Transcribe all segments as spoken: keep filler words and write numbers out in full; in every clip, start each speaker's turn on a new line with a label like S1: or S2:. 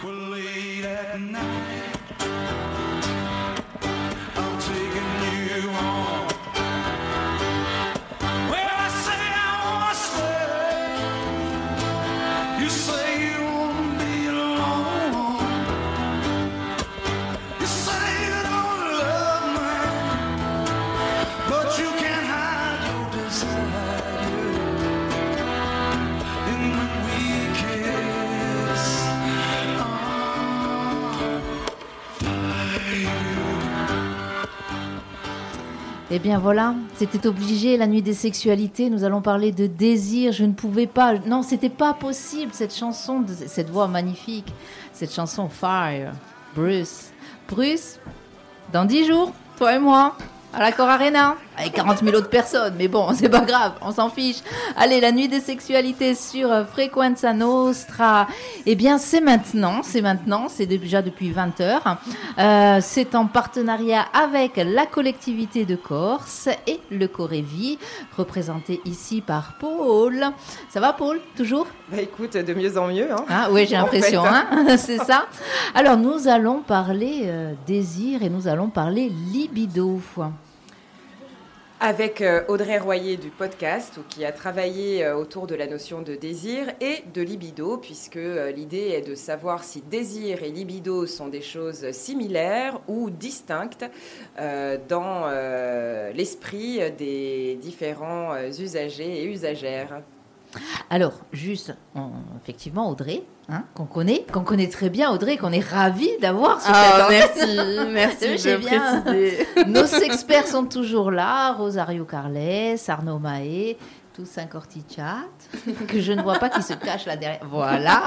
S1: Eh bien voilà, c'était obligé, la nuit des sexualités, nous allons parler de désir, je ne pouvais pas, non c'était pas possible, cette chanson, cette voix magnifique, cette chanson Fire, Bruce. Bruce, dans dix jours, toi et moi, à l'Accor Arena, avec quarante mille autres personnes, mais bon, c'est pas grave, on s'en fiche. Allez, la nuit des sexualités sur Frequenza Nostra, eh bien c'est maintenant, c'est maintenant, c'est déjà depuis vingt heures. Euh, c'est en partenariat avec la collectivité de Corse et le Corévi, représenté ici par Paul. Ça va Paul, toujours ?
S2: Bah écoute, de mieux en mieux. Hein.
S1: Ah, oui, j'ai l'impression, hein. Hein c'est ça. Alors nous allons parler euh, désir et nous allons parler libido.
S2: Avec Audrey Royer du podcast, qui a travaillé autour de la notion de désir et de libido, puisque l'idée est de savoir si désir et libido sont des choses similaires ou distinctes euh, dans euh, l'esprit des différents usagers et usagères.
S1: Alors, juste, on, effectivement, Audrey, hein, qu'on connaît, qu'on connaît très bien, Audrey, qu'on est ravis d'avoir sur
S3: ah,
S1: cette
S3: antenne. Merci, merci
S1: de
S3: bien. Préciser.
S1: Nos experts sont toujours là, Rosario Carles, Arnaud Mahé, Toussaint Cortichat, que je ne vois pas qui se cache là derrière. Voilà.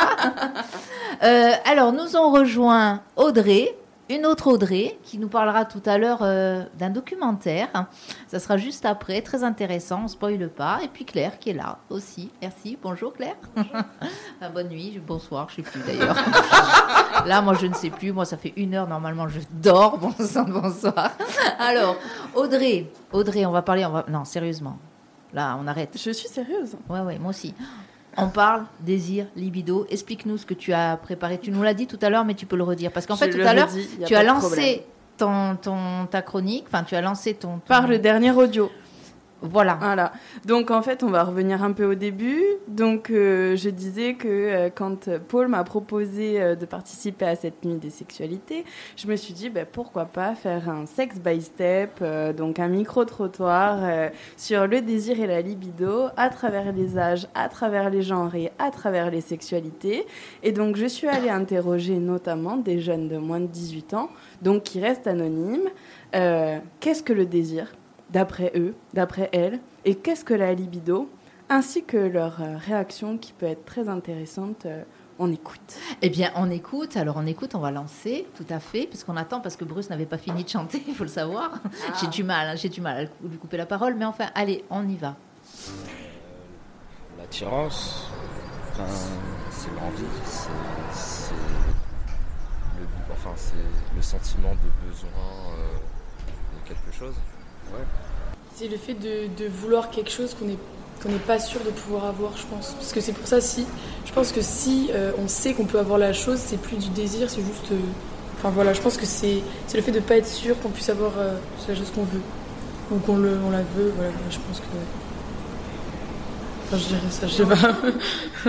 S1: Euh, alors, nous ont rejoint Audrey, une autre Audrey, qui nous parlera tout à l'heure euh, d'un documentaire. Ça sera juste après, très intéressant, on ne spoile pas. Et puis Claire qui est là aussi. Merci, bonjour Claire. Ah, bonne nuit, bonsoir, je ne sais plus d'ailleurs. Là, moi, je ne sais plus. Moi, ça fait une heure, normalement, je dors. Bon sang, bonsoir. Alors, Audrey, Audrey, on va parler... On va... Non, sérieusement. Là, on arrête.
S3: Je suis sérieuse.
S1: Ouais, ouais, moi aussi. On parle désir, libido. Explique-nous ce que tu as préparé. Tu nous l'as dit tout à l'heure, mais tu peux le redire. Parce qu'en
S3: je
S1: fait, tout à l'heure,
S3: redis,
S1: tu as lancé ton, ton, ta chronique. Enfin, tu as lancé ton, ton...
S3: Par le dernier audio.
S1: Voilà.
S3: Voilà. Donc, en fait, on va revenir un peu au début. Donc, euh, je disais que euh, quand Paul m'a proposé euh, de participer à cette nuit des sexualités, je me suis dit, bah, pourquoi pas faire un sex by step, euh, donc un micro-trottoir euh, sur le désir et la libido à travers les âges, à travers les genres et à travers les sexualités. Et donc, je suis allée interroger notamment des jeunes de moins de dix-huit ans, donc qui restent anonymes. Euh, qu'est-ce que le désir ? D'après eux, d'après elles, et qu'est-ce que la libido, ainsi que leur euh, réaction qui peut être très intéressante. Euh, on écoute.
S1: Eh bien, on écoute. Alors, on écoute, on va lancer, tout à fait, puisqu'on attend, parce que Bruce n'avait pas fini de chanter, il faut le savoir. Ah. J'ai du mal, hein, j'ai du mal à lui couper la parole, mais enfin, allez, on y va.
S4: Euh, l'attirance, enfin, c'est l'envie, c'est, c'est, le, enfin, c'est le sentiment de besoin euh, de quelque chose. Ouais.
S5: C'est le fait de, de vouloir quelque chose qu'on n'est qu'on n'est pas sûr de pouvoir avoir, je pense. Parce que c'est pour ça, si, je pense que si euh, on sait qu'on peut avoir la chose, c'est plus du désir, c'est juste... Euh, enfin voilà, je pense que c'est, c'est le fait de ne pas être sûr qu'on puisse avoir euh, la chose qu'on veut. Ou qu'on le, on la veut, voilà, je pense que... Enfin, je dirais ça, je sais pas.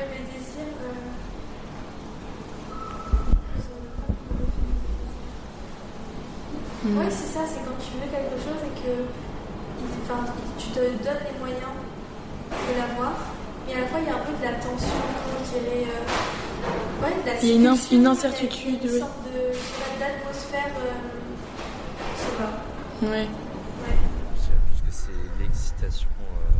S6: Oui, c'est ça, c'est quand tu veux quelque chose et que enfin, tu te donnes les moyens de l'avoir, mais à la fois il y a un peu de la tension, je dirais, euh, ouais, de la
S5: il y a une, une incertitude,
S6: une
S5: oui.
S6: sorte de, d'atmosphère, euh, je sais pas.
S5: Ouais.
S6: ouais.
S4: Je dirais plus que c'est l'excitation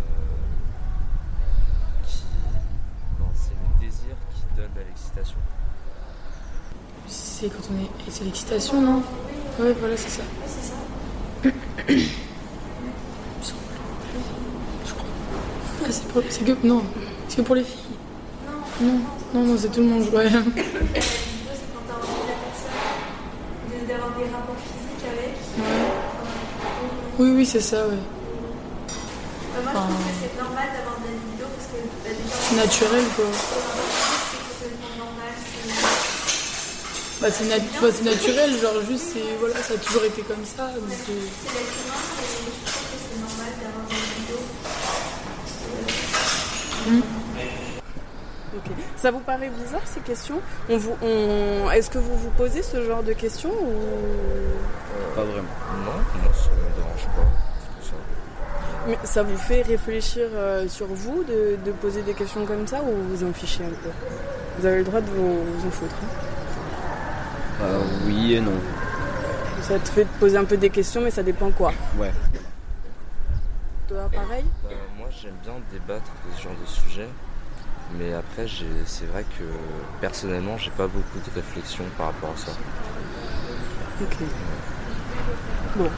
S4: euh, qui... Non, c'est le désir qui donne à l'excitation.
S5: C'est quand on est... C'est l'excitation, non ? Ouais, voilà, c'est ça.
S6: Ouais, c'est ça.
S5: Je crois. Ah, c'est, pour... c'est que... Non, c'est que pour les filles.
S6: Non,
S5: non, non, non c'est tout le monde, ouais.
S6: La libido, c'est quand t'as envie de la personne, de, d'avoir des rapports physiques avec.
S5: Ouais. Oui, oui, c'est ça, ouais.
S6: Bah, moi,
S5: enfin...
S6: je trouve que c'est normal d'avoir de la libido parce que bah, déjà...
S5: C'est naturel, quoi.
S6: C'est complètement normal, c'est...
S5: Bah, c'est, nat- bah, c'est naturel, genre juste, c'est, voilà, ça a toujours été comme ça. Donc, euh...
S6: C'est l'être humain et je trouve que c'est normal d'avoir des libidos.
S3: Mmh. Okay. Ça vous paraît bizarre ces questions on vous, on... Est-ce que vous vous posez ce genre de questions ou...
S4: euh, Pas vraiment. Non, moi ça ne me dérange pas. Ça.
S3: Mais ça vous fait réfléchir euh, sur vous de, de poser des questions comme ça ou vous en fichez un peu? Vous avez le droit de vous, vous en foutre. Hein.
S7: Euh, oui et non.
S3: Ça te fait te poser un peu des questions, mais ça dépend quoi.
S7: Ouais.
S3: Toi, pareil
S4: euh, Moi, j'aime bien débattre de ce genre de sujet, mais après, j'ai... c'est vrai que personnellement, j'ai pas beaucoup de réflexion par rapport à ça.
S3: Ok. Bon.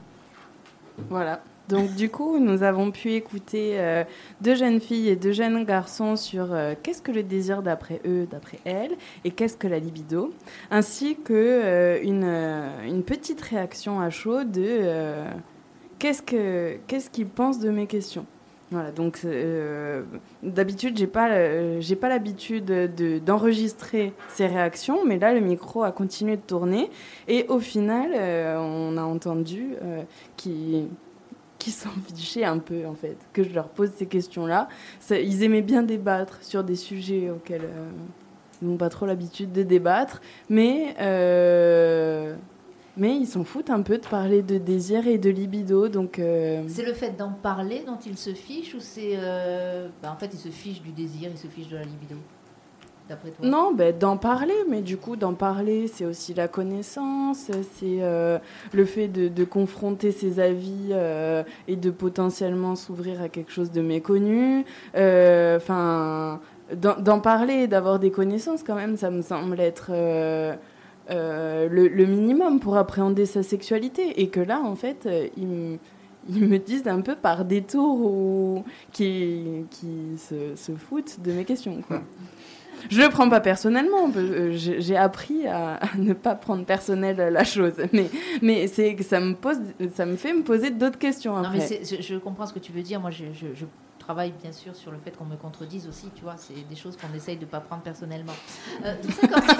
S3: Voilà. Donc du coup, nous avons pu écouter euh, deux jeunes filles et deux jeunes garçons sur euh, qu'est-ce que le désir d'après eux, d'après elles, et qu'est-ce que la libido, ainsi que euh, une, euh, une petite réaction à chaud de euh, qu'est-ce que qu'est-ce qu'ils pensent de mes questions. Voilà. Donc euh, d'habitude, j'ai pas euh, j'ai pas l'habitude de, d'enregistrer ces réactions, mais là, le micro a continué de tourner, et au final, euh, on a entendu euh, qui qui s'en fichaient un peu, en fait, que je leur pose ces questions-là. Ça, ils aimaient bien débattre sur des sujets auxquels euh, ils n'ont pas trop l'habitude de débattre, mais, euh, mais ils s'en foutent un peu de parler de désir et de libido, donc... Euh...
S1: C'est le fait d'en parler dont ils se fichent, ou c'est... Euh... Bah, en fait, ils se fichent du désir, ils se fichent de la libido, d'après toi?
S3: Non, ben, d'en parler, mais du coup, d'en parler, c'est aussi la connaissance, c'est euh, le fait de, de confronter ses avis euh, et de potentiellement s'ouvrir à quelque chose de méconnu. Enfin, euh, d'en, d'en parler, d'avoir des connaissances, quand même, ça me semble être euh, euh, le, le minimum pour appréhender sa sexualité. Et que là, en fait, ils me... ils me disent un peu par détour ou qui, qui se, se foutent de mes questions, quoi. Je le prends pas personnellement. J'ai appris à, à ne pas prendre personnel la chose, mais mais c'est que ça me pose, ça me fait me poser d'autres questions après.
S1: Non, mais c'est, je, je comprends ce que tu veux dire. Moi, je, je, je travaille bien sûr sur le fait qu'on me contredise aussi. Tu vois, c'est des choses qu'on essaye de pas prendre personnellement. Euh, tout ça quand il...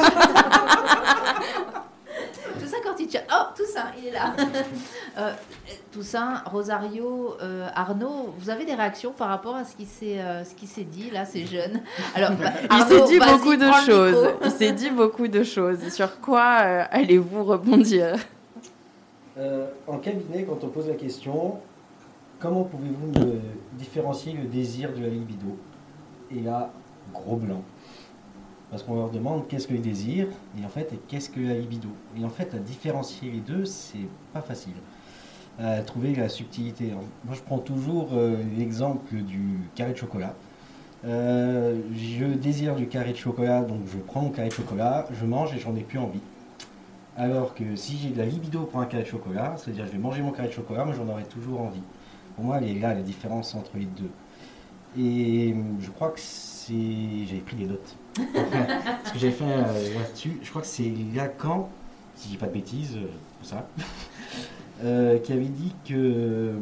S1: tout ça quand il tient. Oh, tout ça, il est là. euh, tout ça, Rosario, euh, Arnaud, vous avez des réactions par rapport à ce qui s'est, euh, ce qui s'est dit là, ces jeunes? Alors, bah,
S3: il
S1: Arnaud,
S3: s'est dit beaucoup de choses.
S1: Il
S3: s'est dit beaucoup de choses. Sur quoi euh, allez-vous rebondir?
S8: euh, En cabinet, quand on pose la question, comment pouvez-vous me différencier le désir de la libido? Et là, gros blanc. Parce qu'on leur demande qu'est-ce que le désir, et en fait, qu'est-ce que la libido. Et en fait, à différencier les deux, c'est pas facile. À trouver la subtilité. Moi, je prends toujours euh, l'exemple du carré de chocolat. Euh, je désire du carré de chocolat, donc je prends mon carré de chocolat, je mange et j'en ai plus envie. Alors que si j'ai de la libido pour un carré de chocolat, c'est-à-dire je vais manger mon carré de chocolat, mais j'en aurai toujours envie. Pour moi, il y a là la différence entre les deux. Et je crois que c'est... J'avais pris des notes. Parce que j'avais fait euh, là-dessus. Je crois que c'est Lacan, si je dis pas de bêtises, euh, ça, euh, qui avait dit que... Euh,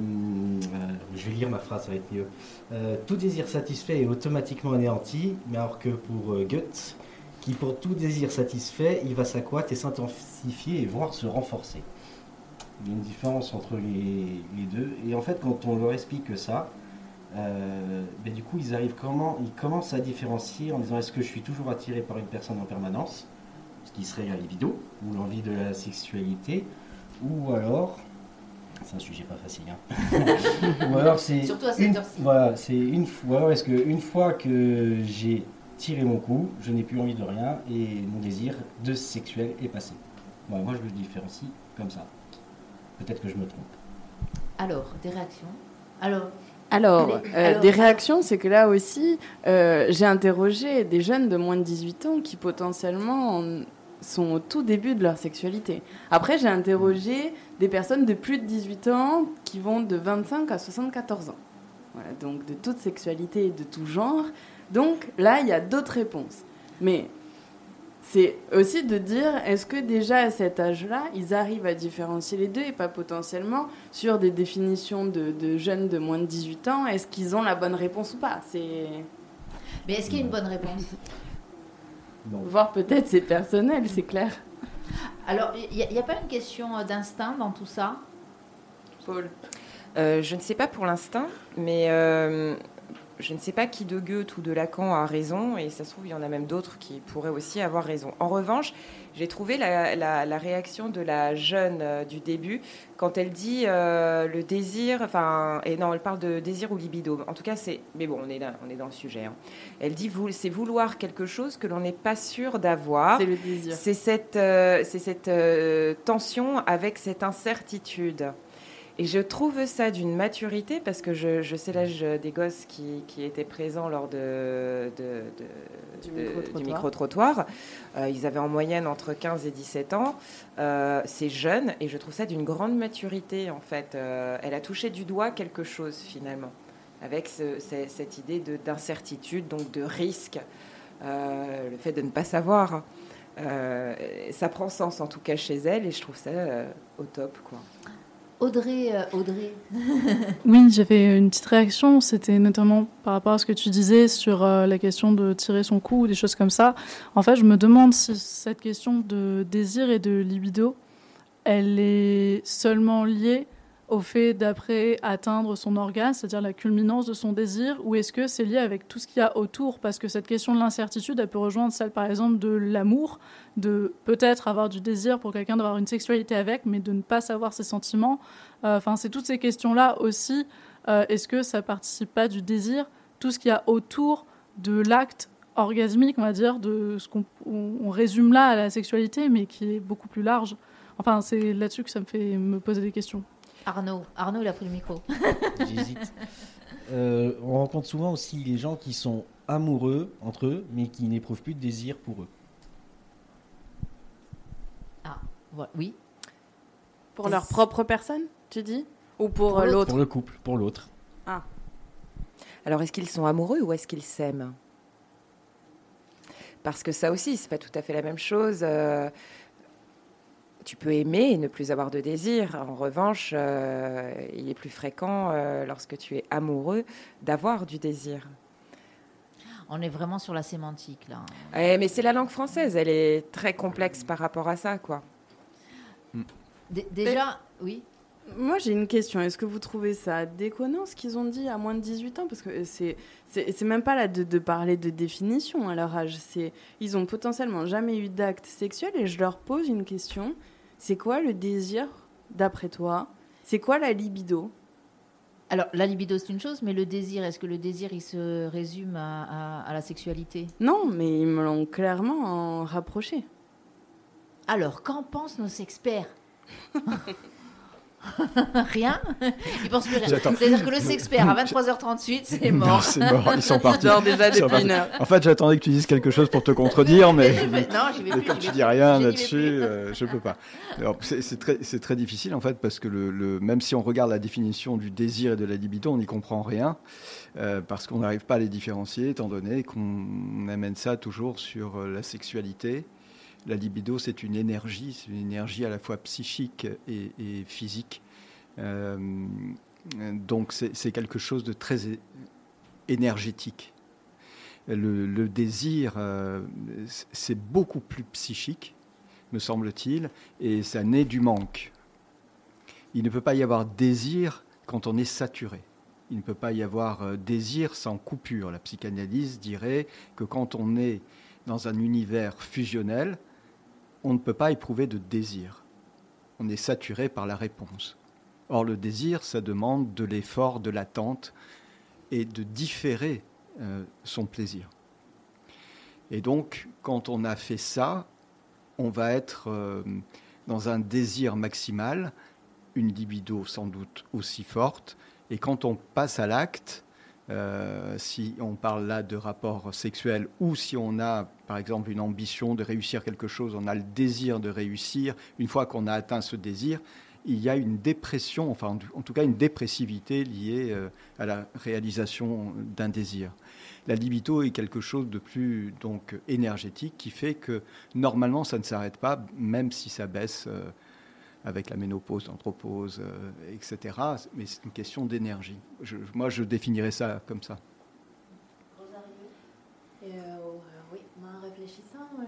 S8: je vais lire ma phrase, ça va être mieux. Euh, tout désir satisfait est automatiquement anéanti, mais alors que pour euh, Goethe, qui pour tout désir satisfait, il va s'accroître et s'intensifier et voire se renforcer. Il y a une différence entre les, les deux. Et en fait, quand on leur explique ça, Euh, ben du coup ils arrivent comment ils commencent à différencier en disant est-ce que je suis toujours attiré par une personne en permanence, ce qui serait la libido ou l'envie de la sexualité, ou alors c'est un sujet pas facile hein. ou alors c'est
S1: surtout à cette
S8: une,
S1: heure-ci.
S8: voilà, c'est une fois alors est-ce que une fois que j'ai tiré mon coup, je n'ai plus envie de rien et mon désir de sexuel est passé. Voilà, moi je le différencie comme ça. Peut-être que je me trompe.
S1: Alors, des réactions. Alors
S3: Alors,
S1: Allez,
S3: euh,
S1: alors,
S3: des réactions, c'est que là aussi, euh, j'ai interrogé des jeunes de moins de dix-huit ans qui potentiellement sont au tout début de leur sexualité. Après, j'ai interrogé des personnes de plus de dix-huit ans qui vont de vingt-cinq à soixante-quatorze ans. Voilà, donc de toute sexualité et de tout genre. Donc là, il y a d'autres réponses. Mais c'est aussi de dire, est-ce que déjà à cet âge-là, ils arrivent à différencier les deux et pas potentiellement sur des définitions de, de jeunes de moins de dix-huit ans, est-ce qu'ils ont la bonne réponse ou pas? C'est...
S1: Mais est-ce qu'il y a une bonne réponse?
S8: Non.
S3: Voir peut-être c'est personnel, c'est clair.
S1: Alors, il n'y a, a pas une question d'instinct dans tout ça,
S3: Paul?
S2: euh, Je ne sais pas pour l'instant, mais euh, je ne sais pas qui de Goethe ou de Lacan a raison, et ça se trouve, il y en a même d'autres qui pourraient aussi avoir raison. En revanche, j'ai trouvé la, la, la réaction de la jeune euh, du début, quand elle dit euh, le désir, enfin, et non, elle parle de désir ou libido. En tout cas, c'est, mais bon, on est là, on est dans le sujet. Hein. Elle dit, vou, c'est vouloir quelque chose que l'on n'est pas sûr d'avoir.
S3: C'est le désir.
S2: C'est cette, euh, c'est cette euh, tension avec cette incertitude. Et je trouve ça d'une maturité, parce que je, je sais l'âge des gosses qui, qui étaient présents lors de, de, de,
S3: Du
S2: de,
S3: micro-trottoir.
S2: du micro-trottoir. Euh, ils avaient en moyenne entre quinze et dix-sept ans. Euh, c'est jeune, et je trouve ça d'une grande maturité, en fait. Euh, elle a touché du doigt quelque chose, finalement, avec ce, ce, cette idée de, d'incertitude, donc de risque, euh, le fait de ne pas savoir. Euh, ça prend sens, en tout cas, chez elle, et je trouve ça euh, au top, quoi.
S1: Audrey, euh, Audrey.
S9: Oui, j'avais une petite réaction. C'était notamment par rapport à ce que tu disais sur euh, la question de tirer son coup ou des choses comme ça. En fait, je me demande si cette question de désir et de libido, elle est seulement liée au fait d'après atteindre son orgasme, c'est-à-dire la culminance de son désir, ou est-ce que c'est lié avec tout ce qu'il y a autour? Parce que cette question de l'incertitude, elle peut rejoindre celle, par exemple, de l'amour, de peut-être avoir du désir pour quelqu'un, d'avoir une sexualité avec, mais de ne pas savoir ses sentiments. Enfin, euh, c'est toutes ces questions-là aussi. Euh, est-ce que ça participe pas du désir? Tout ce qu'il y a autour de l'acte orgasmique, on va dire, de ce qu'on on résume là à la sexualité, mais qui est beaucoup plus large. Enfin, c'est là-dessus que ça me fait me poser des questions.
S1: Arnaud, Arnaud, il a pris le micro.
S8: J'hésite. Euh, on rencontre souvent aussi les gens qui sont amoureux entre eux, mais qui n'éprouvent plus de désir pour eux.
S1: Ah, voilà, oui.
S3: Pour leur propre personne, tu dis? Ou pour,
S1: Pour
S3: euh, l'autre?
S8: Pour le couple, pour l'autre.
S3: Ah.
S2: Alors, est-ce qu'ils sont amoureux ou est-ce qu'ils s'aiment? Parce que ça aussi, c'est pas tout à fait la même chose. Euh, tu peux aimer et ne plus avoir de désir. En revanche, euh, il est plus fréquent, euh, lorsque tu es amoureux, d'avoir du désir.
S1: On est vraiment sur la sémantique, là.
S2: Eh, mais c'est la langue française, elle est très complexe par rapport à ça, quoi.
S1: D- déjà, et... oui.
S3: Moi, j'ai une question. Est-ce que vous trouvez ça déconnant, ce qu'ils ont dit à moins de dix-huit ans? Parce que c'est, c'est, c'est même pas là de, de parler de définition à leur âge. C'est, ils ont potentiellement jamais eu d'acte sexuel et je leur pose une question. C'est quoi le désir, d'après toi? C'est quoi la libido?
S1: Alors, la libido, c'est une chose, mais le désir, est-ce que le désir, il se résume à, à, à la sexualité?
S3: Non, mais ils me l'ont clairement rapproché.
S1: Alors, qu'en pensent nos experts? Rien. Ils pensent plus rien.
S10: J'attends.
S1: C'est-à-dire que le sexpert à vingt-trois heures trente-huit, c'est mort.
S10: Non, c'est mort, ils sont partis.
S3: Genre déjà
S10: Ils sont
S3: depuis une
S10: partis.
S3: heure.
S10: En fait, j'attendais que tu dises quelque chose pour te contredire, mais,
S1: Je vais- non, j'y vais
S10: mais
S1: plus,
S10: comme
S1: j'y
S10: tu
S1: vais
S10: dis
S1: plus.
S10: rien
S1: Je n'y vais
S10: là-dessus,
S1: plus.
S10: euh, je peux pas. Alors, c'est, c'est très, c'est très difficile en fait parce que le, le, même si on regarde la définition du désir et de la libido, on n'y comprend rien euh, parce qu'on n'arrive pas à les différencier, étant donné qu'on amène ça toujours sur euh, la sexualité. La libido, c'est une énergie, c'est une énergie à la fois psychique et, et physique. Euh, donc c'est, c'est quelque chose de très é- énergétique. Le, le désir, euh, c'est beaucoup plus psychique, me semble-t-il, et ça naît du manque. Il ne peut pas y avoir désir quand on est saturé. Il ne peut pas y avoir euh, désir sans coupure. La psychanalyse dirait que quand on est dans un univers fusionnel, on ne peut pas éprouver de désir. On est saturé par la réponse. Or, le désir, ça demande de l'effort, de l'attente et de différer euh, son plaisir. Et donc, quand on a fait ça, on va être euh, dans un désir maximal, une libido sans doute aussi forte. Et quand on passe à l'acte, euh, si on parle là de rapport sexuel ou si on a, par exemple, une ambition de réussir quelque chose, on a le désir de réussir, une fois qu'on a atteint ce désir, il y a une dépression, enfin en tout cas une dépressivité liée euh, à la réalisation d'un désir. La libido est quelque chose de plus donc énergétique qui fait que normalement ça ne s'arrête pas, même si ça baisse euh, avec la ménopause, l'andropause, euh, et cetera. Mais c'est une question d'énergie. Je, moi, je définirais ça comme ça.
S11: Et euh, oui, en réfléchissant, moi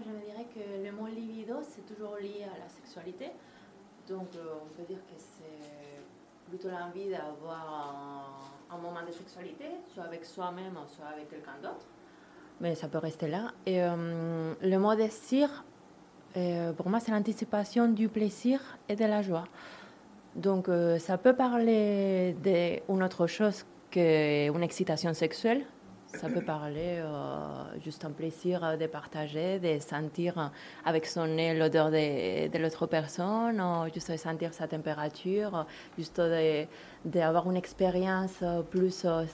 S11: je me dirais que le mot libido, c'est toujours lié à la sexualité. Donc, euh, on peut dire que c'est plutôt l'envie d'avoir un, un moment de sexualité, soit avec soi-même, soit avec quelqu'un d'autre. Mais ça peut rester là. Et euh, le mot désir, euh, pour moi, c'est l'anticipation du plaisir et de la joie. Donc, euh, ça peut parler d'une autre chose qu'une excitation sexuelle. Ça peut parler euh, juste un plaisir de partager, de sentir avec son nez l'odeur de, de l'autre personne, ou juste de sentir sa température, juste d'avoir une expérience plus euh,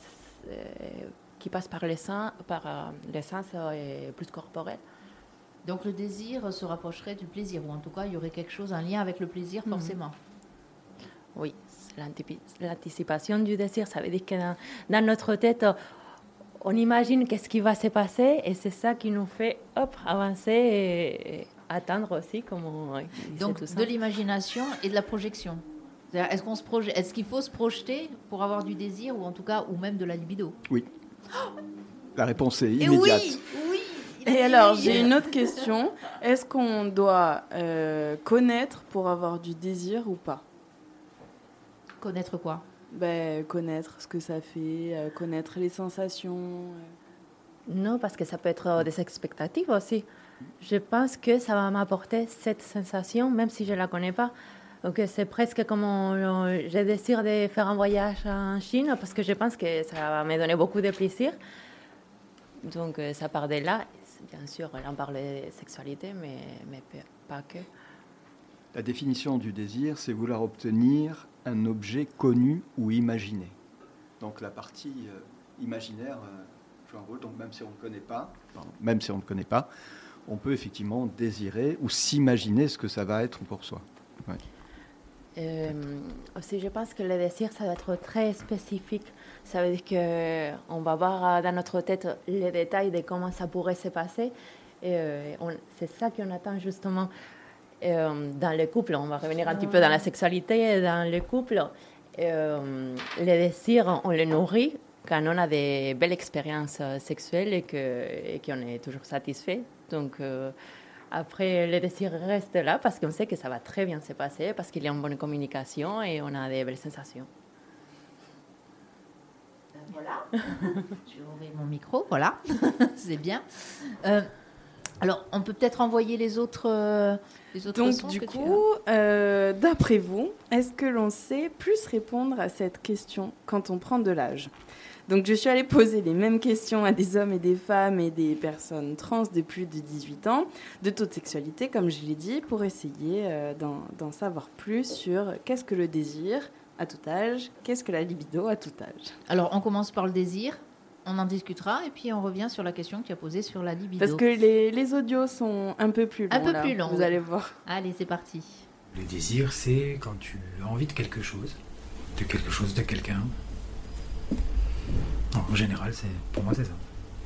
S11: qui passe par les sens, par euh, les sens et plus corporel.
S1: Donc le désir se rapprocherait du plaisir, ou en tout cas il y aurait quelque chose, un lien avec le plaisir forcément.
S11: Mmh. Oui, l'anticipation du désir, ça veut dire que dans, dans notre tête, on imagine qu'est-ce qui va se passer et c'est ça qui nous fait hop, avancer et atteindre aussi. Comme on,
S1: donc de l'imagination et de la projection. Est-ce qu'on se projette, est-ce qu'il faut se projeter pour avoir du désir ou en tout cas ou même de la libido?
S10: Oui. La réponse est immédiate.
S1: Et oui, oui.
S3: Et alors j'ai une autre question. Est-ce qu'on doit euh, connaître pour avoir du désir ou pas?
S1: Connaître quoi?
S3: Ben, connaître ce que ça fait, euh, connaître les sensations. Euh.
S11: Non, parce que ça peut être des expectatives aussi. Je pense que ça va m'apporter cette sensation, même si je ne la connais pas. Donc, c'est presque comme on, j'ai désir de faire un voyage en Chine, parce que je pense que ça va me donner beaucoup de plaisir. Donc, ça part de là. Bien sûr, on parle de sexualité, mais, mais pas que.
S10: La définition du désir, c'est vouloir obtenir un objet connu ou imaginé. Donc la partie euh, imaginaire euh, joue un rôle. Donc même si on ne connaît pas, pardon, même si on ne connaît pas, on peut effectivement désirer ou s'imaginer ce que ça va être pour soi. Ouais.
S11: Euh, aussi, je pense que le désir, ça doit être très spécifique. Ça veut dire qu'on va voir dans notre tête les détails de comment ça pourrait se passer. Et euh, on, c'est ça qu'on attend justement. Euh, dans le couple, on va revenir un petit peu dans la sexualité, dans le couple, euh, les désirs, on les nourrit quand on a des belles expériences sexuelles et, que, et qu'on est toujours satisfait. Donc, euh, après, le désir reste là parce qu'on sait que ça va très bien se passer, parce qu'il y a une bonne communication et on a des belles sensations.
S1: Voilà. Je vais ouvrir mon micro, voilà. C'est bien. Euh, alors, on peut peut-être envoyer les autres... Euh, Les autres
S3: Donc, du coup, euh, d'après vous, est-ce que l'on sait plus répondre à cette question quand on prend de l'âge? Donc, je suis allée poser les mêmes questions à des hommes et des femmes et des personnes trans de plus de dix-huit ans, de toute sexualité, comme je l'ai dit, pour essayer euh, d'en, d'en savoir plus sur qu'est-ce que le désir à tout âge, qu'est-ce que la libido à tout âge.
S1: Alors, on commence par le désir. On en discutera et puis on revient sur la question que tu as posée sur la libido.
S3: Parce que les, les audios sont un peu plus longs.
S1: Un peu
S3: là,
S1: plus longs.
S3: Vous oui. allez voir.
S1: Allez, c'est parti.
S12: Le désir, c'est quand tu as envie de quelque chose, de quelque chose, de quelqu'un. En général, c'est, pour moi, c'est ça.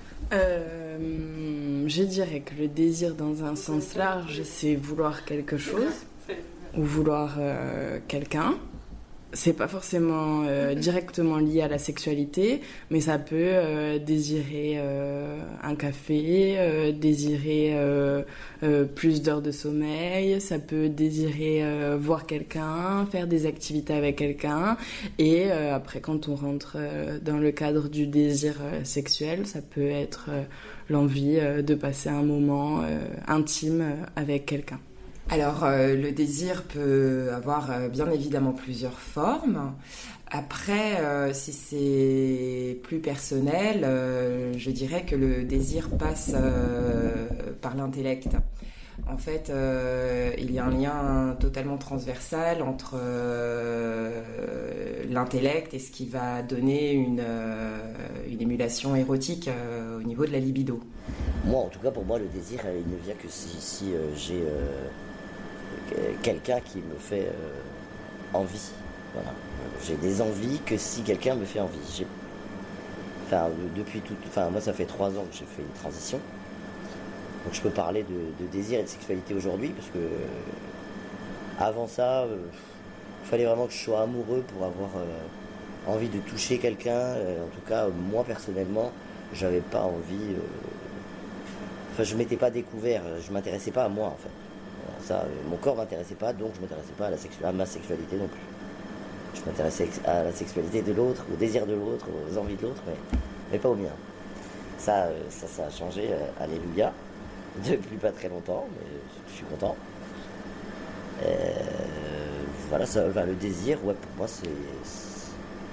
S3: Euh, je dirais que le désir, dans un sens large, c'est vouloir quelque chose ou vouloir euh, quelqu'un. C'est pas forcément euh, directement lié à la sexualité, mais ça peut euh, désirer euh, un café, euh, désirer euh, euh, plus d'heures de sommeil, ça peut désirer euh, voir quelqu'un, faire des activités avec quelqu'un, et euh, après quand on rentre euh, dans le cadre du désir euh, sexuel, ça peut être euh, l'envie euh, de passer un moment euh, intime euh, avec quelqu'un.
S2: Alors, euh, le désir peut avoir euh, bien évidemment plusieurs formes. Après, euh, si c'est plus personnel, euh, je dirais que le désir passe euh, par l'intellect. En fait, euh, il y a un lien totalement transversal entre euh, l'intellect et ce qui va donner une, euh, une émulation érotique euh, au niveau de la libido.
S13: Moi, en tout cas, pour moi, le désir, il ne vient que si, si euh, j'ai... Euh... quelqu'un qui me fait euh, envie. Voilà. J'ai des envies que si quelqu'un me fait envie. J'ai... Enfin, depuis tout... enfin, moi, ça fait trois ans que j'ai fait une transition. Donc, je peux parler de, de désir et de sexualité aujourd'hui parce que euh, avant ça, il euh, fallait vraiment que je sois amoureux pour avoir euh, envie de toucher quelqu'un. Euh, en tout cas, moi, personnellement, j'avais pas envie... Euh, Enfin, je m'étais pas découvert, je m'intéressais pas à moi en fait. Ça, euh, mon corps m'intéressait pas, donc je m'intéressais pas à, la sexu- à ma sexualité non plus. Je m'intéressais à la sexualité de l'autre, au désir de l'autre, aux envies de l'autre, mais, mais pas au mien. Ça, euh, ça, ça a changé, euh, alléluia, depuis pas très longtemps, mais je suis content. Euh, voilà, ça, enfin, le désir, ouais, pour moi, c'est, c'est...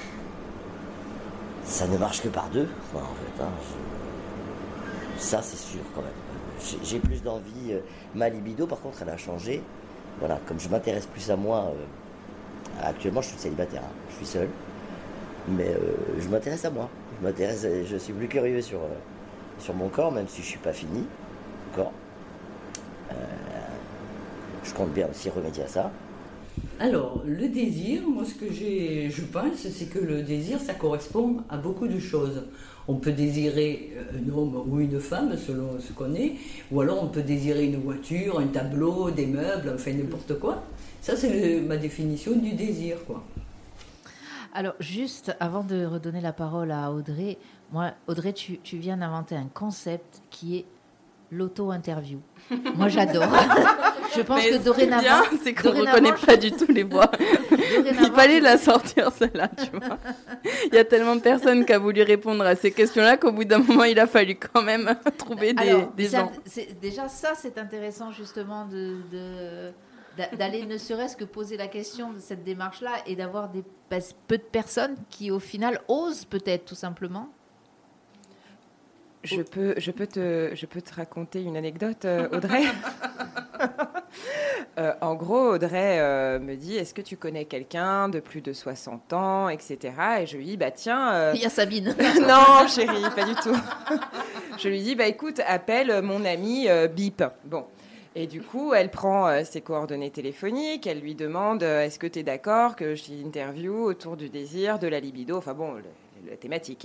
S13: ça ne marche que par deux, quoi, en fait. Hein, je... Ça, c'est sûr, quand même. J'ai, j'ai plus d'envie. Euh, ma libido, par contre, elle a changé. Voilà, comme je m'intéresse plus à moi, euh, actuellement, je suis célibataire, hein, je suis seul, mais euh, je m'intéresse à moi. Je m'intéresse, je suis plus curieux sur, euh, sur mon corps, même si je suis pas fini encore. Euh, je compte bien aussi remédier à ça.
S14: Alors, le désir, moi ce que j'ai, je pense, c'est que le désir, ça correspond à beaucoup de choses. On peut désirer un homme ou une femme, selon ce qu'on est, ou alors on peut désirer une voiture, un tableau, des meubles, enfin n'importe quoi. Ça, c'est le, ma définition du désir, quoi.
S1: Alors, juste avant de redonner la parole à Audrey, moi, Audrey, tu, tu viens d'inventer un concept qui est l'auto-interview. Moi, j'adore. Je pense
S3: mais
S1: que dorénavant...
S3: bien, c'est qu'on ne reconnaît pas du tout les voix. Il fallait la sortir, celle-là, tu vois. Il y a tellement de personnes qui ont voulu répondre à ces questions-là qu'au bout d'un moment, il a fallu quand même trouver des,
S1: Alors,
S3: des
S1: c'est,
S3: gens.
S1: C'est, déjà, ça, c'est intéressant, justement, de... de... d'aller ne serait-ce que poser la question de cette démarche-là et d'avoir des, peu de personnes qui, au final, osent peut-être, tout simplement.
S2: Je peux, je peux, te, je peux te raconter une anecdote, euh, Audrey. euh, En gros, Audrey euh, me dit, est-ce que tu connais quelqu'un de plus de soixante ans, et cetera. Et je lui dis, bah tiens... Euh...
S1: Il y a Sabine.
S2: Non, chérie, pas du tout. Je lui dis, bah écoute, appelle mon amie euh, Bip. Bon. Et du coup, elle prend euh, ses coordonnées téléphoniques, elle lui demande euh, est-ce que tu es d'accord que je t'interviewe autour du désir, de la libido, enfin bon, le, la thématique.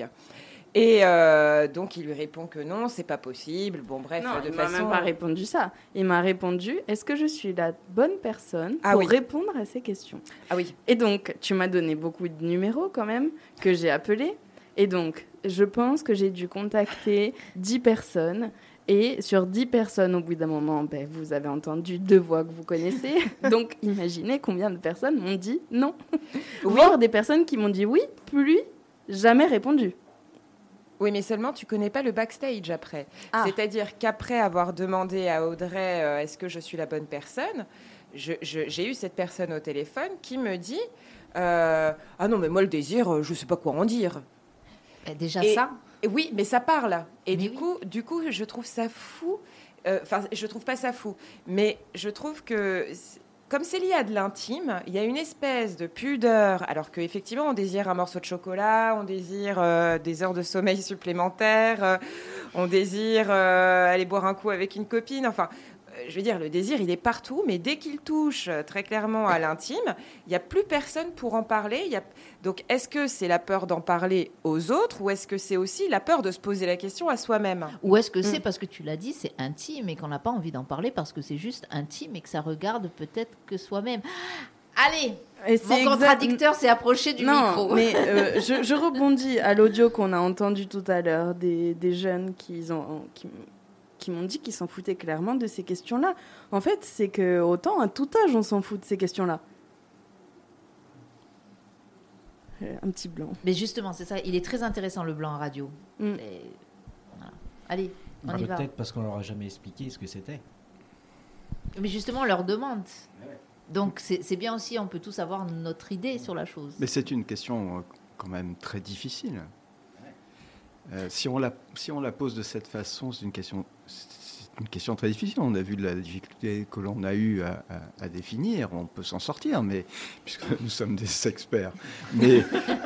S2: Et euh, donc, il lui répond que non, c'est pas possible. Bon, bref,
S3: non,
S2: de
S3: il
S2: façon...
S3: m'a même pas répondu ça. Il m'a répondu est-ce que je suis la bonne personne
S2: ah,
S3: pour
S2: oui.
S3: répondre à ces questions.
S2: Ah oui.
S3: Et donc, tu m'as donné beaucoup de numéros quand même que j'ai appelés. Et donc, je pense que j'ai dû contacter dix personnes. Et sur dix personnes, au bout d'un moment, ben, vous avez entendu deux voix que vous connaissez. Donc, imaginez combien de personnes m'ont dit non. Oui. Voire des personnes qui m'ont dit oui, plus jamais répondu.
S2: Oui, mais seulement, tu connais pas le backstage après.
S3: Ah.
S2: C'est-à-dire qu'après avoir demandé à Audrey euh, est-ce que je suis la bonne personne, je, je, j'ai eu cette personne au téléphone qui me dit euh, ah non, mais moi, le désir, je sais pas quoi en dire.
S1: Et déjà
S2: et,
S1: ça
S2: et oui, mais ça parle. Et du,
S1: oui.
S2: coup, du coup, je trouve ça fou. Enfin, euh, je trouve pas ça fou. Mais je trouve que... Comme c'est lié à de l'intime, il y a une espèce de pudeur, alors qu'effectivement, on désire un morceau de chocolat, on désire euh, des heures de sommeil supplémentaires, euh, on désire euh, aller boire un coup avec une copine, enfin... Je veux dire, le désir, il est partout, mais dès qu'il touche très clairement à l'intime, il n'y a plus personne pour en parler. Il y a... Donc, est-ce que c'est la peur d'en parler aux autres ou est-ce que c'est aussi la peur de se poser la question à soi-même ?
S1: Ou est-ce que c'est, mmh. parce que tu l'as dit, c'est intime et qu'on n'a pas envie d'en parler parce que c'est juste intime et que ça regarde peut-être que soi-même. Allez, et mon exact... contradicteur s'est approché du
S3: non,
S1: micro.
S3: Mais euh, je, je rebondis à l'audio qu'on a entendu tout à l'heure des, des jeunes qui ont... Qui... qui m'ont dit qu'ils s'en foutaient clairement de ces questions-là. En fait, c'est que autant à tout âge, on s'en fout de ces questions-là. Un petit blanc.
S1: Mais justement, c'est ça. Il est très intéressant, le blanc en radio. Mm. Et... Voilà. Allez, on
S8: bah,
S1: y va.
S8: Peut-être parce qu'on leur a jamais expliqué ce que c'était.
S1: Mais justement, on leur demande. Ouais. Donc, c'est, c'est bien aussi, on peut tous avoir notre idée sur la chose.
S10: Mais c'est une question quand même très difficile. Euh, si, on la, si on la pose de cette façon, c'est une question, c'est une question très difficile. On a vu la difficulté que l'on a eu à, à, à définir. On peut s'en sortir, mais puisque nous sommes des experts. Mais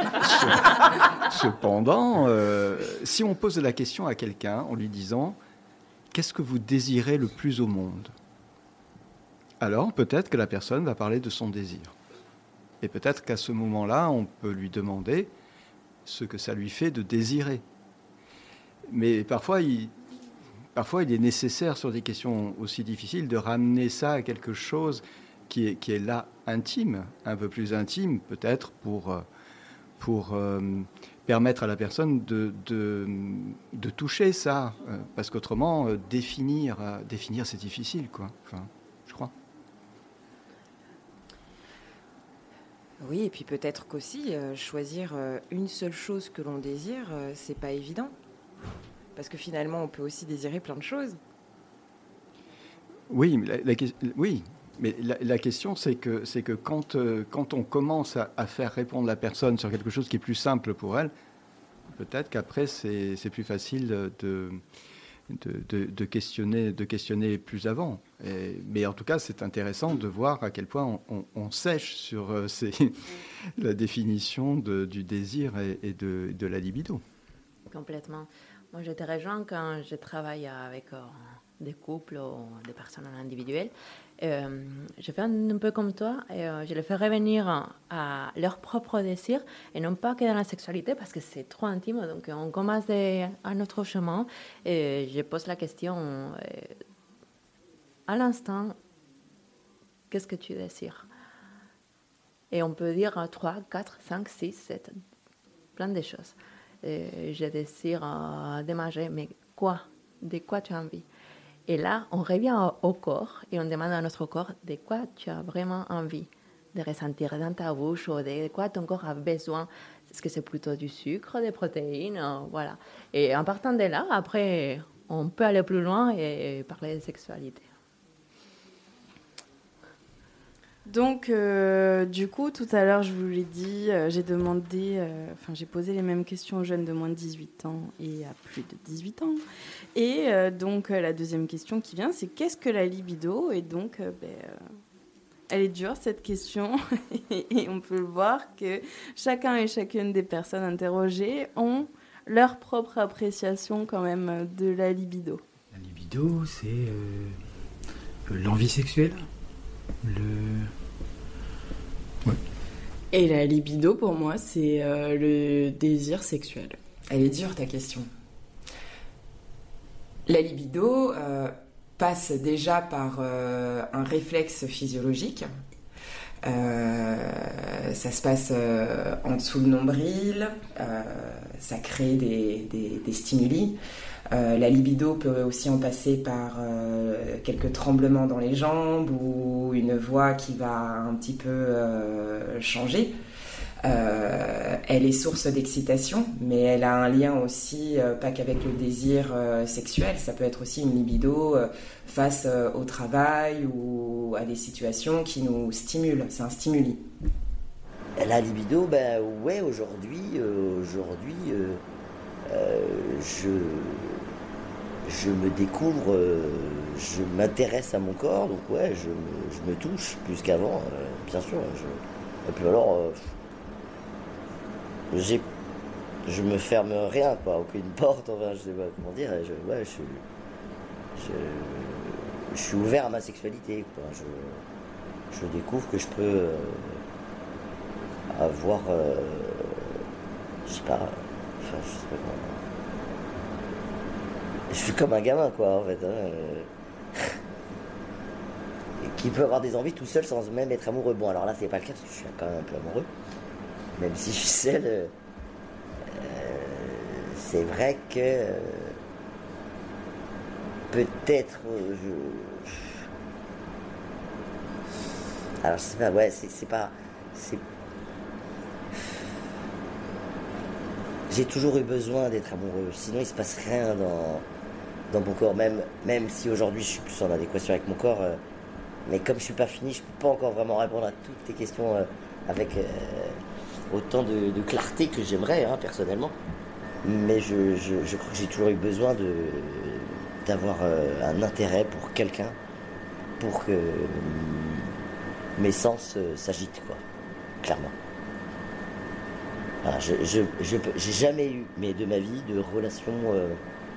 S10: cependant, euh, si on pose la question à quelqu'un en lui disant « Qu'est-ce que vous désirez le plus au monde ?» Alors peut-être que la personne va parler de son désir. Et peut-être qu'à ce moment-là, on peut lui demander ce que ça lui fait de désirer. Mais parfois il, parfois, il est nécessaire, sur des questions aussi difficiles, de ramener ça à quelque chose qui est, qui est là, intime, un peu plus intime, peut-être, pour, pour euh, permettre à la personne de, de, de toucher ça, euh, parce qu'autrement, euh, définir, euh, définir, c'est difficile, quoi. Enfin, je crois.
S2: Oui, et puis peut-être qu'aussi, euh, choisir euh, une seule chose que l'on désire, euh, c'est pas évident. Parce que finalement, on peut aussi désirer plein de choses.
S10: Oui, la, la, oui. Mais la, la question, c'est que, c'est que quand, euh, quand on commence à, à faire répondre la personne sur quelque chose qui est plus simple pour elle, peut-être qu'après, c'est, c'est plus facile de, de, de, de, questionner, de questionner plus avant. Et, mais en tout cas, c'est intéressant de voir à quel point on, on, on sèche sur euh, ces, la définition de, du désir et, et de, de la libido.
S11: Complètement. Moi, je te rejoins quand je travaille avec euh, des couples ou des personnes individuelles. Euh, je fais un, un peu comme toi, et, euh, je les fais revenir à leur propre désir et non pas que dans la sexualité parce que c'est trop intime. Donc, on commence de, un autre chemin et je pose la question euh, à l'instant, qu'est-ce que tu désires? Et on peut dire trois, quatre, cinq, six, sept, plein de choses. Et je désire euh, démanger, mais quoi? De quoi tu as envie? Et là, on revient au corps et on demande à notre corps de quoi tu as vraiment envie de ressentir dans ta bouche ou de quoi ton corps a besoin. Est-ce que c'est plutôt du sucre, des protéines? Voilà. Et en partant de là, après, on peut aller plus loin et parler de sexualité.
S3: Donc, euh, du coup, tout à l'heure, je vous l'ai dit, euh, j'ai demandé, euh, enfin, j'ai posé les mêmes questions aux jeunes de moins de dix-huit ans et à plus de dix-huit ans. Et euh, donc, euh, la deuxième question qui vient, c'est qu'est-ce que la libido? Et donc, euh, ben, euh, elle est dure, cette question. Et on peut le voir que chacun et chacune des personnes interrogées ont leur propre appréciation quand même de la libido.
S12: La libido, c'est euh, l'envie sexuelle. Le... Ouais.
S5: Et la libido, pour moi, c'est euh, le désir sexuel.
S2: Elle est dure, ta question. La libido euh, passe déjà par euh, un réflexe physiologique. Euh, ça se passe euh, en dessous le nombril, euh, ça crée des, des, des stimuli. Euh, la libido peut aussi en passer par euh, quelques tremblements dans les jambes ou une voix qui va un petit peu euh, changer. Euh, elle est source d'excitation, mais elle a un lien aussi, euh, pas qu'avec le désir euh, sexuel, ça peut être aussi une libido euh, face euh, au travail ou à des situations qui nous stimulent, c'est un stimuli.
S13: La libido, ben ouais, aujourd'hui, euh, aujourd'hui, euh, euh, je, je me découvre, euh, je m'intéresse à mon corps, donc ouais, je, je me touche plus qu'avant, euh, bien sûr. Je, et puis alors, euh, j'ai, je me ferme rien, quoi, aucune porte, enfin, je sais pas comment dire. Je, ouais, je, je, je suis ouvert à ma sexualité, quoi. Je, je découvre que je peux euh, avoir, euh, je sais pas, enfin, je sais pas comment. Je suis comme un gamin, quoi, en fait. Hein, euh, qui peut avoir des envies tout seul sans même être amoureux. Bon, alors là, c'est pas le cas parce que je suis quand même un peu amoureux. Même si je suis seul, euh, c'est vrai que euh, peut-être euh, je. Alors je sais pas, ouais, c'est, c'est pas. C'est... J'ai toujours eu besoin d'être amoureux, sinon il se passe rien dans, dans mon corps, même, même si aujourd'hui je suis plus en adéquation avec mon corps. Euh, mais comme je suis pas fini, je peux pas encore vraiment répondre à toutes tes questions euh, avec. Euh, autant de, de clarté que j'aimerais, hein, personnellement. Mais je, je, je crois que j'ai toujours eu besoin de, d'avoir euh, un intérêt pour quelqu'un, pour que euh, mes sens euh, s'agitent, quoi, clairement. Voilà, je, je, je, j'ai jamais eu, mais de ma vie, de relation euh,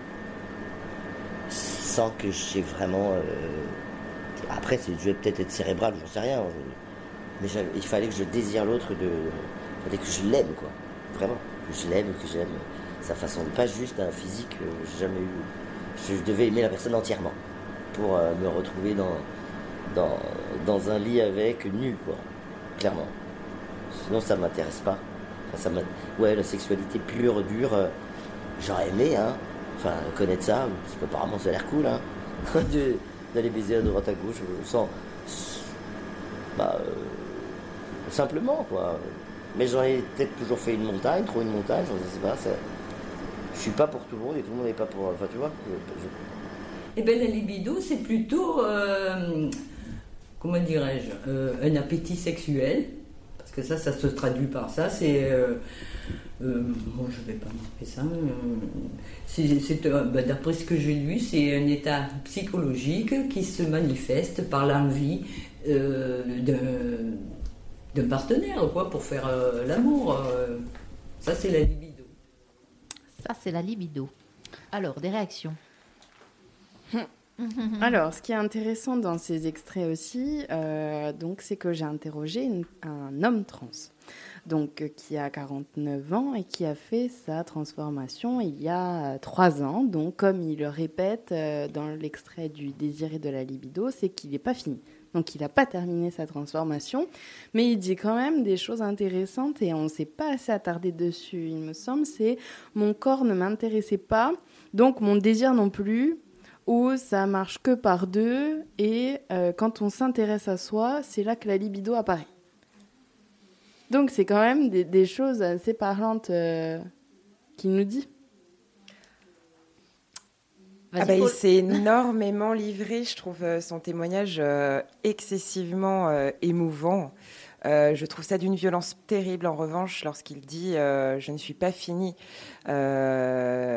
S13: sans que j'ai vraiment... Euh, après, c'est, je vais peut-être être cérébral, j'en sais rien, mais il fallait que je désire l'autre de... Il fallait que je l'aime, quoi. Vraiment. Que je l'aime, que j'aime sa façon. Pas juste un physique. Euh, j'ai jamais eu. Je devais aimer la personne entièrement. Pour euh, me retrouver dans, dans, dans un lit avec nu, quoi. Clairement. Sinon, ça m'intéresse pas. Ça m'a... Ouais, la sexualité pure, dure, euh, j'aurais aimé, hein. Enfin, connaître ça, parce qu'apparemment ça a l'air cool, hein. de, d'aller baiser à droite à gauche, sans... Bah, euh, simplement, quoi. Mais j'en ai peut-être toujours fait une montagne, trop une montagne, je sais pas, ça... Je suis pas pour tout le monde et tout le monde n'est pas pour... Enfin, tu vois je...
S14: Eh bien, la libido, c'est plutôt, euh, comment dirais-je, euh, un appétit sexuel. Parce que ça, ça se traduit par ça. C'est, euh, euh, bon, je ne vais pas marquer ça. Euh, c'est, c'est, euh, bah, d'après ce que j'ai lu, c'est un état psychologique qui se manifeste par l'envie euh, d'un, d'un partenaire, quoi, pour faire euh, l'amour. Euh, ça, c'est la libido.
S1: Ça, c'est la libido. Alors, des réactions.
S3: Alors, ce qui est intéressant dans ces extraits aussi, euh, donc, c'est que j'ai interrogé une, un homme trans, donc, euh, qui a quarante-neuf ans et qui a fait sa transformation il y a trois ans. Donc, comme il le répète euh, dans l'extrait du désir et de la libido, c'est qu'il n'est pas fini. Donc, il n'a pas terminé sa transformation, mais il dit quand même des choses intéressantes et on ne s'est pas assez attardé dessus, il me semble. C'est « mon corps ne m'intéressait pas, donc mon désir non plus ». Où ça marche que par deux, et euh, quand on s'intéresse à soi, c'est là que la libido apparaît. Donc c'est quand même des, des choses assez parlantes euh, qu'il nous dit.
S2: Ah bah, il s'est énormément livré, je trouve son témoignage euh, excessivement euh, émouvant. Euh, je trouve ça d'une violence terrible, en revanche, lorsqu'il dit euh, « je ne suis pas fini euh, ».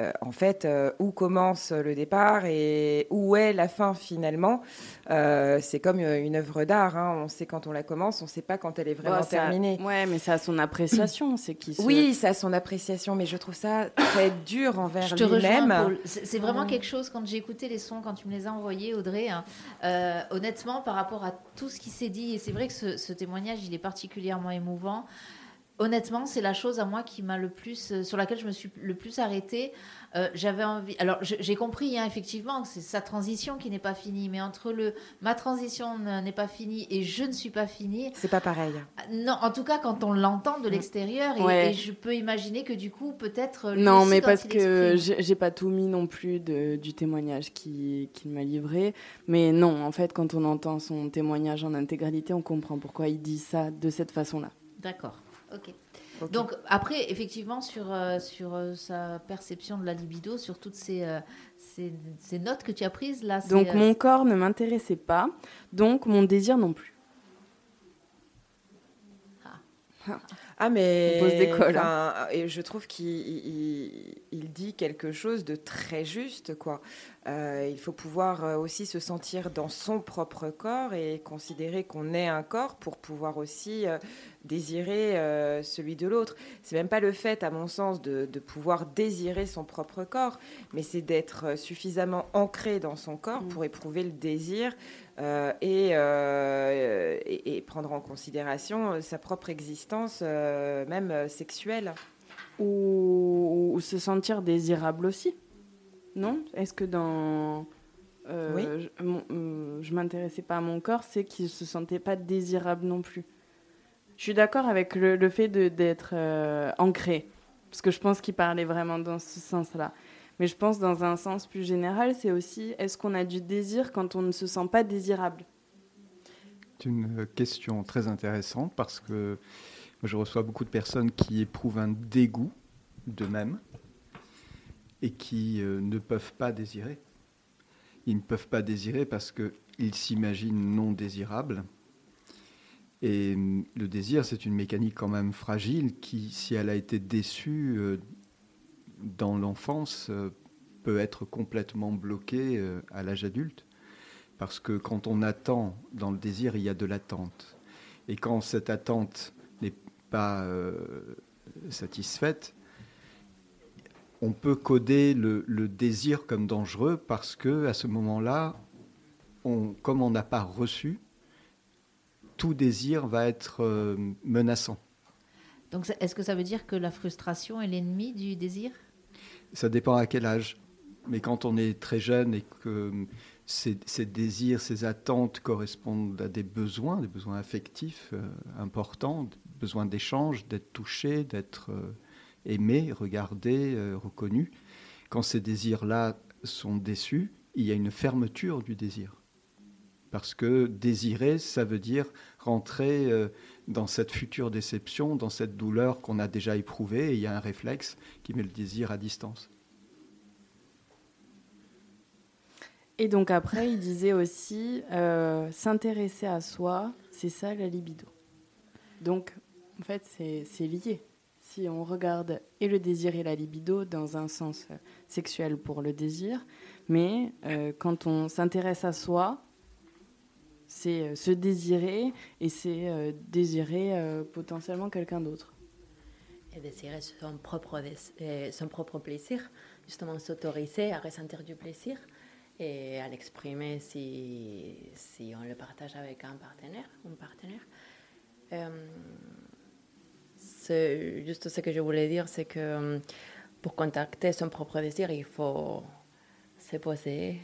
S2: En fait, euh, où commence le départ et où est la fin, finalement euh, c'est comme une œuvre d'art. Hein. On sait quand on la commence, on ne sait pas quand elle est vraiment
S3: oh,
S2: terminée.
S3: Oui, mais c'est à son appréciation. c'est qui se...
S2: Oui, c'est à son appréciation, mais je trouve ça très dur envers
S1: je te
S2: lui-même.
S1: Rejoins, Paul. C'est, c'est vraiment mmh. quelque chose, quand j'ai écouté les sons, quand tu me les as envoyés, Audrey, hein, euh, honnêtement, par rapport à tout ce qui s'est dit, et c'est vrai que ce, ce témoignage, il est particulièrement émouvant. Honnêtement, c'est la chose à moi qui m'a le plus, euh, sur laquelle je me suis le plus arrêtée. Euh, j'avais envie. Alors, je, j'ai compris hein, effectivement que c'est sa transition qui n'est pas finie, mais entre le ma transition n'est pas finie et je ne suis pas finie,
S2: c'est pas pareil.
S1: Non, en tout cas quand on l'entend de l'extérieur, et, ouais. et je peux imaginer que du coup peut-être.
S3: Non, aussi, mais parce que j'ai, j'ai pas tout mis non plus de, du témoignage qu'il, qu'il m'a livré, mais non, en fait, quand on entend son témoignage en intégralité, on comprend pourquoi il dit ça de cette façon-là.
S1: D'accord. Ok. Okay. Donc après, effectivement, sur, euh, sur euh, sa perception de la libido, sur toutes ces, euh, ces, ces notes que tu as prises là.
S3: Donc
S1: c'est,
S3: mon
S1: euh,
S3: corps ne m'intéressait pas, donc mon désir non plus.
S2: Ah, ah mais
S3: on pose des cols. Hein.
S2: Et je trouve qu'il il, il dit quelque chose de très juste, quoi. Euh, il faut pouvoir aussi se sentir dans son propre corps et considérer qu'on est un corps pour pouvoir aussi euh, désirer euh, celui de l'autre. C'est même pas le fait, à mon sens, de, de pouvoir désirer son propre corps, mais c'est d'être suffisamment ancré dans son corps mmh. pour éprouver le désir euh, et, euh, et, et prendre en considération sa propre existence, euh, même sexuelle.
S3: Ou, ou se sentir désirable aussi. Non ? Est-ce que dans... Euh,
S2: oui.
S3: je, mon, euh, je m'intéressais pas à mon corps, c'est qu'il se sentait pas désirable non plus. Je suis d'accord avec le, le fait de, d'être euh, ancré, parce que je pense qu'il parlait vraiment dans ce sens-là. Mais je pense dans un sens plus général, c'est aussi, est-ce qu'on a du désir quand on ne se sent pas désirable ?
S10: C'est une question très intéressante, parce que moi, je reçois beaucoup de personnes qui éprouvent un dégoût d'eux-mêmes, et qui euh, ne peuvent pas désirer. Ils ne peuvent pas désirer parce qu'ils s'imaginent non désirables. Et euh, le désir, c'est une mécanique quand même fragile qui, si elle a été déçue euh, dans l'enfance, euh, peut être complètement bloquée euh, à l'âge adulte. Parce que quand on attend dans le désir, il y a de l'attente. Et quand cette attente n'est pas euh, satisfaite, on peut coder le, le désir comme dangereux parce que à ce moment-là, on, comme on n'a pas reçu, tout désir va être euh, menaçant.
S1: Donc, est-ce que ça veut dire que la frustration est l'ennemi du désir ?
S10: Ça dépend à quel âge. Mais quand on est très jeune et que ces, ces désirs, ces attentes correspondent à des besoins, des besoins affectifs euh, importants, besoin d'échange, d'être touché, d'être euh, aimé, regardé, euh, reconnu. Quand ces désirs-là sont déçus, il y a une fermeture du désir. Parce que désirer, ça veut dire rentrer euh, dans cette future déception, dans cette douleur qu'on a déjà éprouvée, et il y a un réflexe qui met le désir à distance.
S3: Et donc après, il disait aussi, euh, s'intéresser à soi, c'est ça la libido. Donc, en fait, c'est, c'est lié. Si on regarde et le désir et la libido dans un sens sexuel pour le désir, mais euh, quand on s'intéresse à soi, c'est euh, se désirer et c'est euh, désirer euh, potentiellement quelqu'un d'autre.
S11: Et désirer son propre, dés- son propre plaisir, justement s'autoriser à ressentir du plaisir et à l'exprimer si, si on le partage avec un partenaire, un partenaire. Euh, c'est juste ce que je voulais dire, c'est que pour contacter son propre désir, il faut se poser,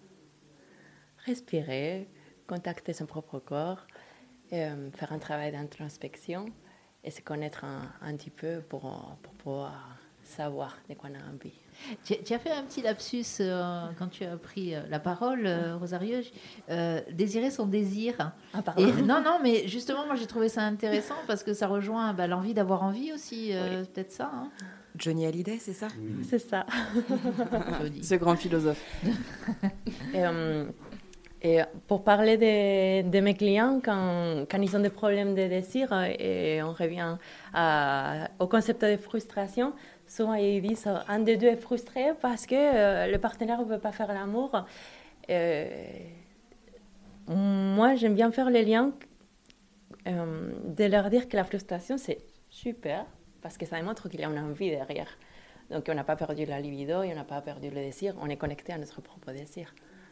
S11: respirer, contacter son propre corps, euh, faire un travail d'introspection et se connaître un, un petit peu pour, pour pouvoir savoir de quoi on a envie.
S1: Tu, tu as fait un petit lapsus euh, quand tu as pris euh, la parole, euh, Rosario. Euh, désirer son désir.
S11: Ah, pardon.
S1: Et, non, non, mais justement, moi, j'ai trouvé ça intéressant parce que ça rejoint bah, l'envie d'avoir envie aussi, euh, oui. Peut-être ça. Hein.
S2: Johnny Hallyday, c'est ça?
S11: Oui. C'est ça.
S3: Ce grand philosophe.
S11: et, euh, et pour parler de, de mes clients, quand, quand ils ont des problèmes de désir, et on revient à, au concept de frustration, souvent ils disent un des deux est frustré parce que euh, le partenaire ne veut pas faire l'amour. Euh, moi, j'aime bien faire le lien euh, de leur dire que la frustration, c'est super parce que ça démontre qu'il y a une envie derrière. Donc, on n'a pas perdu la libido et on n'a pas perdu le désir. On est connecté à notre propre désir.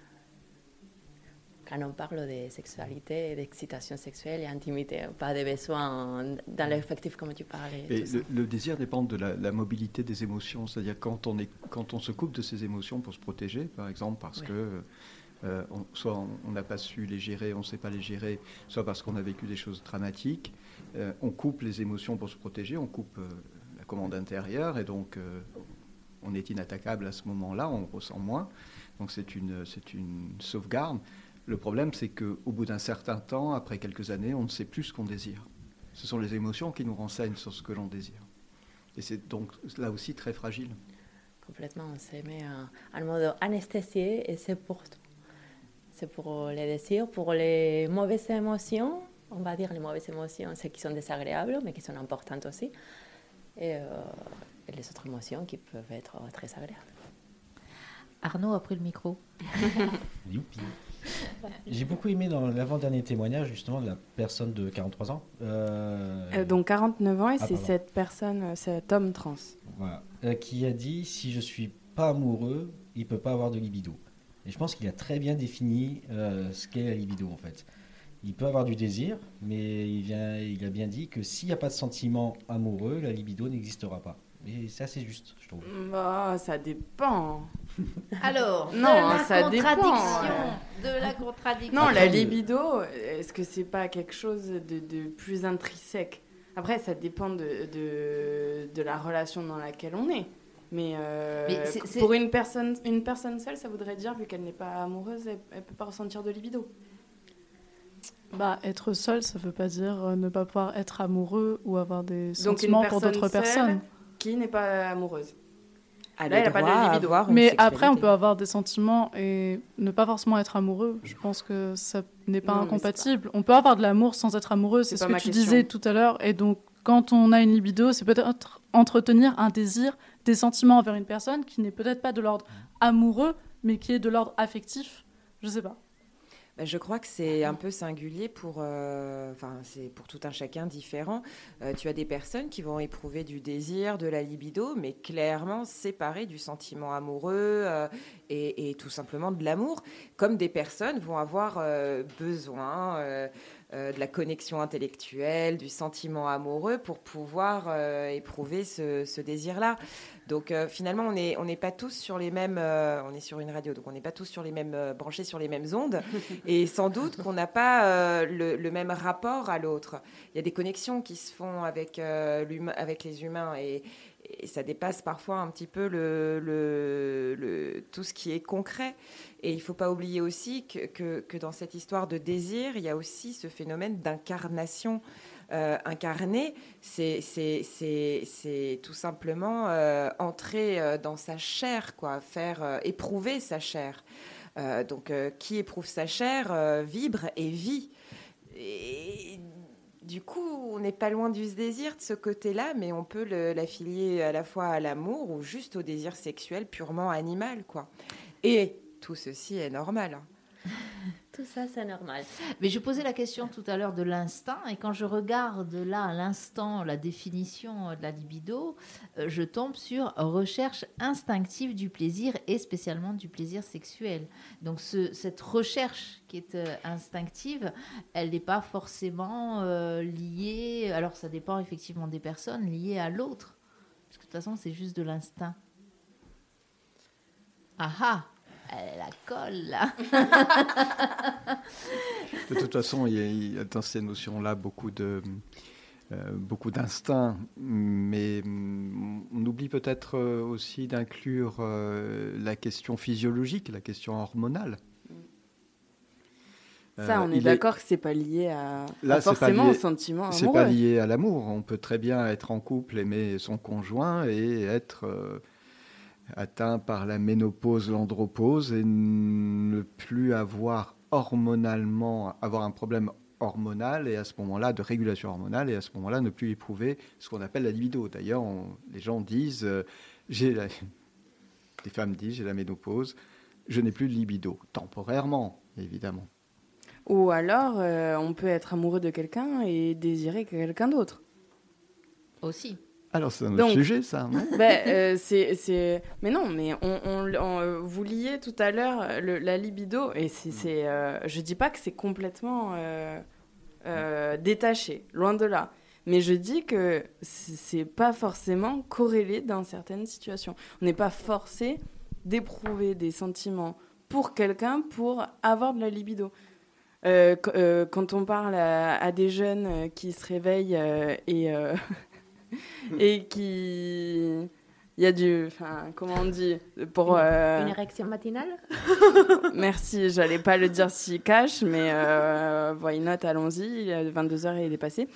S11: Quand on parle de sexualité, d'excitation sexuelle et intimité, pas de besoins dans l'affectif comme tu parlais.
S10: Et le, le désir dépend de la, la mobilité des émotions, c'est-à-dire quand on, est, quand on se coupe de ses émotions pour se protéger, par exemple, parce oui. que euh, on, soit on n'a pas su les gérer, on ne sait pas les gérer, soit parce qu'on a vécu des choses dramatiques, euh, on coupe les émotions pour se protéger, on coupe euh, la commande intérieure et donc euh, on est inattaquable à ce moment-là, on ressent moins, donc c'est une, c'est une sauvegarde. Le problème, c'est qu'au bout d'un certain temps, après quelques années, on ne sait plus ce qu'on désire. Ce sont les émotions qui nous renseignent sur ce que l'on désire. Et c'est donc là aussi très fragile.
S11: Complètement, on se met en, en mode anesthésié et c'est pour tout. C'est pour les désirs, pour les mauvaises émotions. On va dire les mauvaises émotions, celles qui sont désagréables, mais qui sont importantes aussi. Et, euh, et les autres émotions qui peuvent être très agréables.
S1: Arnaud a pris le micro.
S8: Youpi. J'ai beaucoup aimé dans l'avant-dernier témoignage justement de la personne de quarante-trois ans. Euh...
S3: Euh, donc quarante-neuf ans et
S8: ah,
S3: c'est
S8: pardon.
S3: cette personne, cet homme trans.
S8: Voilà. Euh, qui a dit si je suis pas amoureux, il peut pas avoir de libido. Et je pense qu'il a très bien défini euh, ce qu'est la libido en fait. Il peut avoir du désir, mais il, vient, il a bien dit que s'il n'y a pas de sentiment amoureux, la libido n'existera pas. Et c'est assez juste, je trouve.
S3: Bah, ça dépend.
S1: Alors,
S3: non,
S1: de la
S3: ça
S1: contradiction,
S3: dépend.
S1: de la contradiction.
S3: Non, la libido, est-ce que c'est pas quelque chose de, de plus intrinsèque? Après, ça dépend de, de, de la relation dans laquelle on est. Mais, euh, Mais c'est, c'est... pour une personne, une personne seule, ça voudrait dire, vu qu'elle n'est pas amoureuse, elle ne peut pas ressentir de libido.
S9: Bah, être seul, ça ne veut pas dire euh, ne pas pouvoir être amoureux ou avoir des sentiments pour d'autres personnes.
S3: Qui n'est pas amoureuse.
S2: Elle
S3: Là, elle n'a pas de libido.
S9: Mais après, on peut avoir des sentiments et ne pas forcément être amoureux. Je pense que ça n'est pas non, incompatible. Pas... On peut avoir de l'amour sans être amoureux, c'est, c'est ce que tu question. disais tout à l'heure. Et donc, quand on a une libido, c'est peut-être entretenir un désir, des sentiments envers une personne qui n'est peut-être pas de l'ordre amoureux, mais qui est de l'ordre affectif. Je ne sais pas.
S2: Je crois que c'est un peu singulier pour, euh, enfin, c'est pour tout un chacun différent. Euh, tu as des personnes qui vont éprouver du désir, de la libido, mais clairement séparées du sentiment amoureux euh, et, et tout simplement de l'amour, comme des personnes vont avoir euh, besoin euh, euh, de la connexion intellectuelle, du sentiment amoureux pour pouvoir euh, éprouver ce, ce désir-là. Donc euh, finalement, on n'est on n'est pas tous sur les mêmes... Euh, on est sur une radio, donc on n'est pas tous sur les mêmes, euh, branchés sur les mêmes ondes. Et sans doute qu'on n'a pas euh, le, le même rapport à l'autre. Il y a des connexions qui se font avec, euh, l'humain, avec les humains et, et ça dépasse parfois un petit peu le, le, le, tout ce qui est concret. Et il ne faut pas oublier aussi que, que, que dans cette histoire de désir, il y a aussi ce phénomène d'incarnation. Euh, incarner, c'est, c'est, c'est, c'est tout simplement euh, entrer euh, dans sa chair, quoi, faire euh, éprouver sa chair. Euh, donc, euh, qui éprouve sa chair euh, vibre et vit. Et du coup, on n'est pas loin du désir de ce côté-là, mais on peut le, l'affilier à la fois à l'amour ou juste au désir sexuel purement animal, quoi. Et tout ceci est normal.
S11: Tout ça, c'est normal.
S1: Mais je posais la question tout à l'heure de l'instinct, et quand je regarde là à l'instant la définition de la libido, euh, je tombe sur recherche instinctive du plaisir et spécialement du plaisir sexuel. Donc ce, cette recherche qui est euh, instinctive, elle n'est pas forcément euh, liée, alors ça dépend effectivement des personnes, liée à l'autre. Parce que de toute façon, c'est juste de l'instinct. Ah ah! Elle la colle, là.
S10: De toute façon, il y a, il y a dans ces notions-là beaucoup, de, euh, beaucoup d'instinct, mais on oublie peut-être aussi d'inclure euh, la question physiologique, la question hormonale.
S3: Ça, on euh, est d'accord est... que c'est pas lié à,
S10: Là,
S3: à forcément
S10: pas lié...
S3: au sentiment amoureux.
S10: C'est pas lié à l'amour. On peut très bien être en couple, aimer son conjoint et être... Euh, atteint par la ménopause, l'andropause et ne plus avoir hormonalement, avoir un problème hormonal et à ce moment-là, de régulation hormonale et à ce moment-là, ne plus éprouver ce qu'on appelle la libido. D'ailleurs, on, les gens disent, euh, j'ai la, les femmes disent, j'ai la ménopause, je n'ai plus de libido, temporairement, évidemment.
S3: Ou alors, euh, on peut être amoureux de quelqu'un et désirer quelqu'un d'autre.
S1: Aussi.
S10: Alors, c'est un autre Donc, sujet, ça, non
S3: ben, euh, c'est, c'est... Mais non, mais on, on, on, vous liez tout à l'heure le, la libido, et c'est, c'est, euh, je ne dis pas que c'est complètement euh, euh, détaché, loin de là. Mais je dis que ce n'est pas forcément corrélé dans certaines situations. On n'est pas forcé d'éprouver des sentiments pour quelqu'un pour avoir de la libido. Euh, euh, quand on parle à, à des jeunes qui se réveillent euh, et... Euh, et qui il y a du enfin comment on dit pour euh...
S11: une érection matinale.
S3: Merci, j'allais pas le dire si cash, mais euh, why not, allons-y, il est vingt-deux heures et il est passé.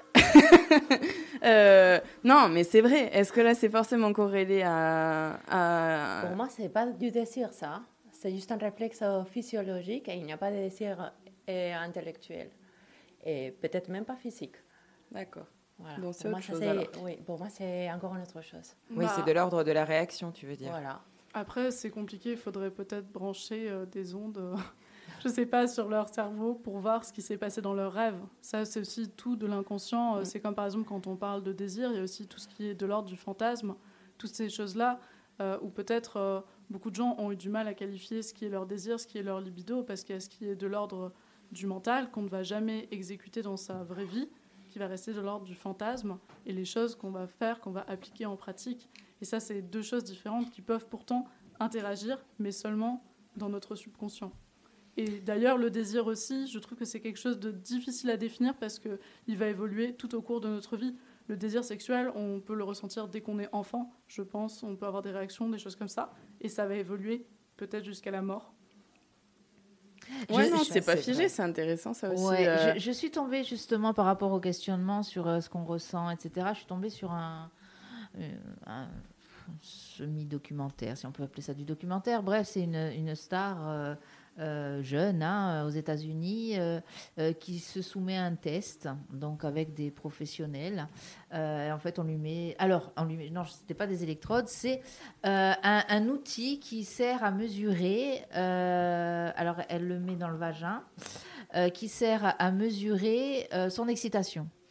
S3: euh, non mais c'est vrai, est-ce que là c'est forcément corrélé à, à...
S11: Pour moi c'est pas du désir ça, c'est juste un réflexe physiologique et il n'y a pas de désir euh, intellectuel et peut-être même pas physique.
S3: D'accord.
S11: Voilà.
S3: Donc c'est
S11: pour,
S3: autre
S11: moi,
S3: chose,
S11: ça,
S3: alors.
S11: Oui, pour moi, c'est encore une autre chose.
S2: Oui,
S9: bah,
S2: c'est de l'ordre de la réaction, tu veux dire.
S11: Voilà.
S9: Après, c'est compliqué. Il faudrait peut-être brancher euh, des ondes, euh, je ne sais pas, sur leur cerveau pour voir ce qui s'est passé dans leurs rêves. Ça, c'est aussi tout de l'inconscient. Mm. C'est comme, par exemple, quand on parle de désir, il y a aussi tout ce qui est de l'ordre du fantasme. Toutes ces choses-là, euh, où peut-être euh, beaucoup de gens ont eu du mal à qualifier ce qui est leur désir, ce qui est leur libido, parce qu'il y a ce qui est de l'ordre du mental, qu'on ne va jamais exécuter dans sa vraie vie, qui va rester de l'ordre du fantasme, et les choses qu'on va faire, qu'on va appliquer en pratique. Et ça, c'est deux choses différentes qui peuvent pourtant interagir, mais seulement dans notre subconscient. Et d'ailleurs, le désir aussi, je trouve que c'est quelque chose de difficile à définir parce qu'il va évoluer tout au cours de notre vie. Le désir sexuel, on peut le ressentir dès qu'on est enfant, je pense. On peut avoir des réactions, des choses comme ça. Et ça va évoluer peut-être jusqu'à la mort.
S3: Ouais, je, non, c'est pas figé, vrai. C'est intéressant ça aussi.
S1: Ouais,
S3: euh...
S1: je, je suis tombée justement par rapport au questionnement sur euh, ce qu'on ressent, et cetera. Je suis tombée sur un, euh, un semi-documentaire, si on peut appeler ça du documentaire. Bref, c'est une, une star euh, euh, jeune hein, aux États-Unis euh, euh, qui se soumet à un test, donc avec des professionnels. Euh, en fait, on lui met. Alors, on lui met... non, c'était pas des électrodes, c'est euh, un, un outil qui sert à mesurer. Euh, alors, elle le met dans le vagin, euh, qui sert à, à mesurer euh, son excitation.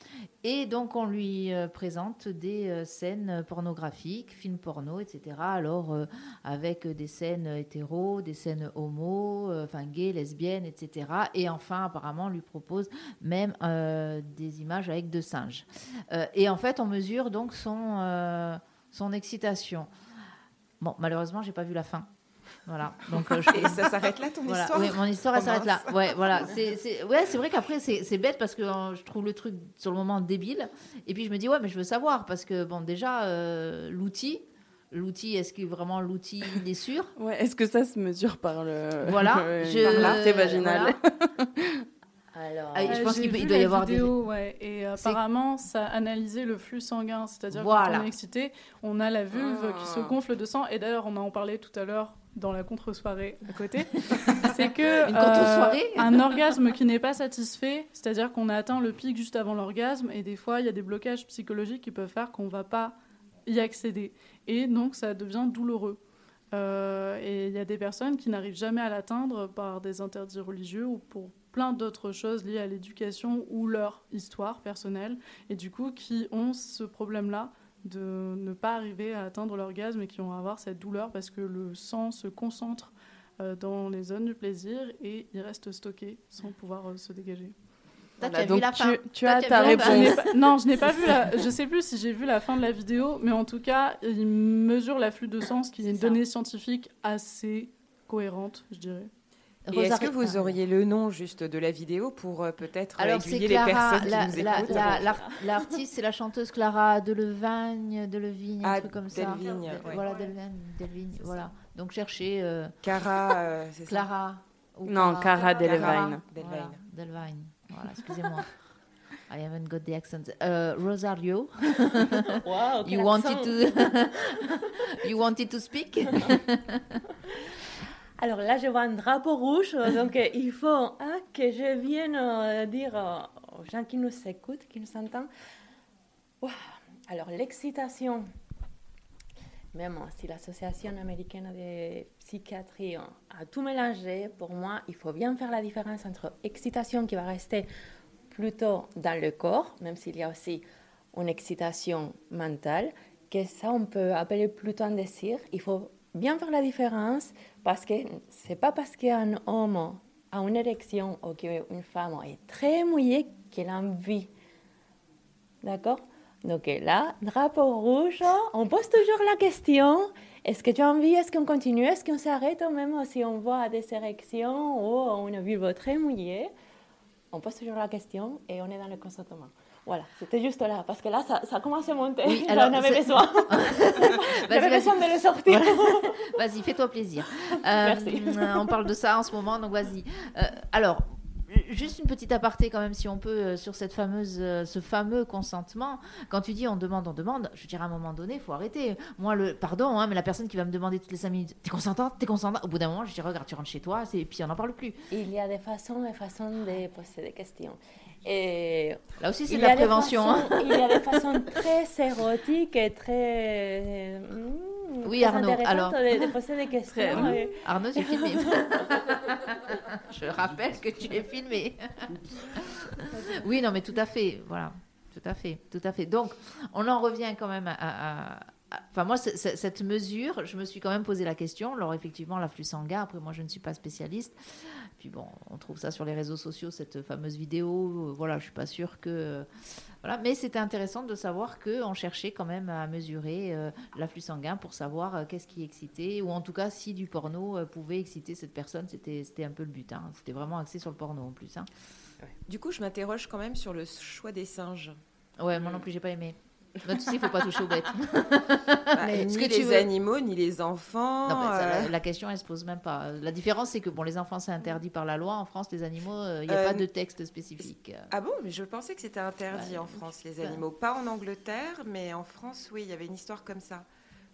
S1: Et donc, on lui euh, présente des euh, scènes pornographiques, films porno, et cetera. Alors, euh, avec des scènes hétéros, des scènes homo, euh, enfin gays, lesbiennes, et cetera. Et enfin, apparemment, on lui propose même euh, des images avec de singes. Euh, et en fait, on mesure donc son, euh, son excitation. Bon, malheureusement, j'ai pas vu la fin. Voilà. Donc, euh, je...
S2: Et ça s'arrête là, ton
S1: voilà.
S2: histoire?
S1: Oui, mon histoire, elle
S2: Oh,
S1: s'arrête là.
S2: mince.
S1: Ouais, voilà. C'est, c'est... Ouais, c'est vrai qu'après, c'est, c'est bête parce que euh, je trouve le truc sur le moment débile. Et puis, je me dis, ouais, mais je veux savoir parce que, bon, déjà, euh, l'outil, l'outil, est-ce que vraiment l'outil, il est sûr?
S3: Ouais, est-ce que ça se mesure par le.
S1: Voilà.
S3: Ouais,
S1: je...
S3: par l'artère vaginale.
S1: Voilà.
S11: Alors,
S1: Ah, je pense
S9: j'ai
S1: qu'il peut-
S9: vu
S1: il doit y
S9: la
S1: avoir des-
S9: vidéo, ouais, et apparemment ça analysait le flux sanguin, c'est-à-dire
S1: Voilà.
S9: quand on est excité, on a la vulve
S2: Ah.
S9: qui se gonfle de sang, et d'ailleurs on en parlait tout à l'heure dans la contre-soirée à côté, c'est que
S1: Une contre-soirée
S9: un orgasme qui n'est pas satisfait, c'est-à-dire qu'on a atteint le pic juste avant l'orgasme, et des fois il y a des blocages psychologiques qui peuvent faire qu'on va pas y accéder, et donc ça devient douloureux. Euh, et il y a des personnes qui n'arrivent jamais à l'atteindre par des interdits religieux ou pour plein d'autres choses liées à l'éducation ou leur histoire personnelle, et du coup qui ont ce problème-là de ne pas arriver à atteindre l'orgasme et qui vont avoir cette douleur parce que le sang se concentre euh, dans les zones du plaisir et il reste stocké sans pouvoir euh, se dégager.
S1: Toi, tu
S3: Voilà,
S1: as
S3: donc
S1: vu la
S3: tu-
S1: fin.
S3: tu
S1: Toi,
S3: as
S1: tu
S3: ta
S1: vu la fin.
S9: Je n'ai pas- non, je n'ai pas vu la... Je sais plus si j'ai vu la fin de la vidéo, mais en tout cas, il mesure l'afflux de sang, ce qui est une donnée scientifique assez cohérente, je dirais.
S2: Et est-ce que vous auriez le nom juste de la vidéo pour euh, peut-être
S1: Alors, c'est
S2: aiguiller
S1: Clara,
S2: les personnes
S1: la-
S2: qui nous
S1: la-
S2: écoutent?
S1: la- l'ar- l'artiste, c'est la chanteuse Clara Delevingne, Delevingne, un
S2: Ah,
S1: truc comme ça.
S2: Delvigne,
S1: De-
S2: ouais.
S1: Voilà, Delevingne, Delvigne, voilà. Donc, cherchez euh,
S2: Cara, euh, c'est ça?
S1: Clara. ou
S3: Non, Cara Delevingne.
S1: Voilà,
S2: Delevingne.
S1: Delevingne. Voilà, excusez-moi. I haven't got the accent. Uh, Rosario.
S11: Wow, quel
S1: you wanted
S11: accent.
S1: to you wanted to speak.
S11: Alors là, je vois un drapeau rouge, donc euh, il faut hein, que je vienne euh, dire euh, aux gens qui nous écoutent, qui nous entendent. Wow. Alors l'excitation, même si l'Association américaine de psychiatrie a tout mélangé, pour moi, il faut bien faire la différence entre excitation qui va rester plutôt dans le corps, même s'il y a aussi une excitation mentale, que ça on peut appeler plutôt un désir. Il faut bien faire la différence parce que c'est pas parce qu'un homme a une érection ou qu'une femme est très mouillée qu'elle a envie. D'accord? Donc là, drapeau rouge, on pose toujours la question, est-ce que tu as envie, est-ce qu'on continue, est-ce qu'on s'arrête, ou même si on voit des érections ou une vulve très mouillée, on pose toujours la question et on est dans le consentement. Voilà, c'était juste là, parce que là, ça, ça commence à monter.
S1: Oui,
S11: J'en
S1: alors,
S11: avais
S1: c'est-
S11: besoin.
S1: Vas-y,
S11: J'avais
S1: vas-y.
S11: besoin de le sortir.
S1: Voilà. Vas-y, fais-toi plaisir. Euh,
S11: Merci.
S1: On parle de ça en ce moment, donc vas-y. Euh, alors, juste une petite aparté quand même, si on peut, euh, sur cette fameuse, euh, ce fameux consentement. Quand tu dis on demande, on demande, je dirais à un moment donné, il faut arrêter. Moi, le, pardon, hein, mais la personne qui va me demander toutes les cinq minutes, t'es consentante, t'es consentante. Au bout d'un moment, je dis regarde, tu rentres chez toi, c'est- et puis on n'en parle plus.
S11: Il y a des façons et façons de poser des questions. Et
S1: Là aussi, c'est
S11: il
S1: de
S11: y
S1: la
S11: a des
S1: prévention, hein.
S11: façons- Il y a des façons très érotiques et très, mm,
S1: Oui,
S11: très
S1: Arnaud,
S11: intéressantes
S1: alors.
S11: de, de poser des questions.
S1: Très-
S11: Et-
S1: Arnaud, j'ai filmé. Je rappelle que tu es filmé. Oui, non, mais tout à fait. Voilà, tout à fait, tout à fait. Donc, on en revient quand même à. à- à- Enfin, moi, c'est- c'est- cette mesure, je me suis quand même posé la question. Alors, effectivement, l'afflux sanguin, après, moi, je ne suis pas spécialiste. Puis, bon, on trouve ça sur les réseaux sociaux, cette fameuse vidéo. Euh, Voilà, je ne suis pas sûre que. Voilà. Mais c'était intéressant de savoir qu'on cherchait quand même à mesurer euh, l'afflux sanguin pour savoir euh, qu'est-ce qui excitait, ou en tout cas, si du porno euh, pouvait exciter cette personne. C'était c'était un peu le but. Hein. C'était vraiment axé sur le porno en plus. Hein.
S2: Du coup, je m'interroge quand même sur le choix des singes.
S1: Ouais, moi non plus, j'ai pas aimé. Mais tu sais, il faut pas toucher aux bêtes.
S2: Bah,
S1: Mais
S2: ni
S1: ce que
S2: les
S1: tu veux-
S2: animaux, ni les enfants.
S1: Non, mais ça, la,
S2: euh,
S1: la question, elle se pose même pas. La différence, c'est que bon, les enfants, c'est interdit par la loi. En France, les animaux, il n'y a
S2: Euh,
S1: pas de texte spécifique.
S2: Ah bon, mais je pensais que c'était interdit
S1: Ouais,
S2: en France, les
S1: ouais.
S2: animaux. Pas en Angleterre, mais en France, oui, il y avait une histoire comme ça.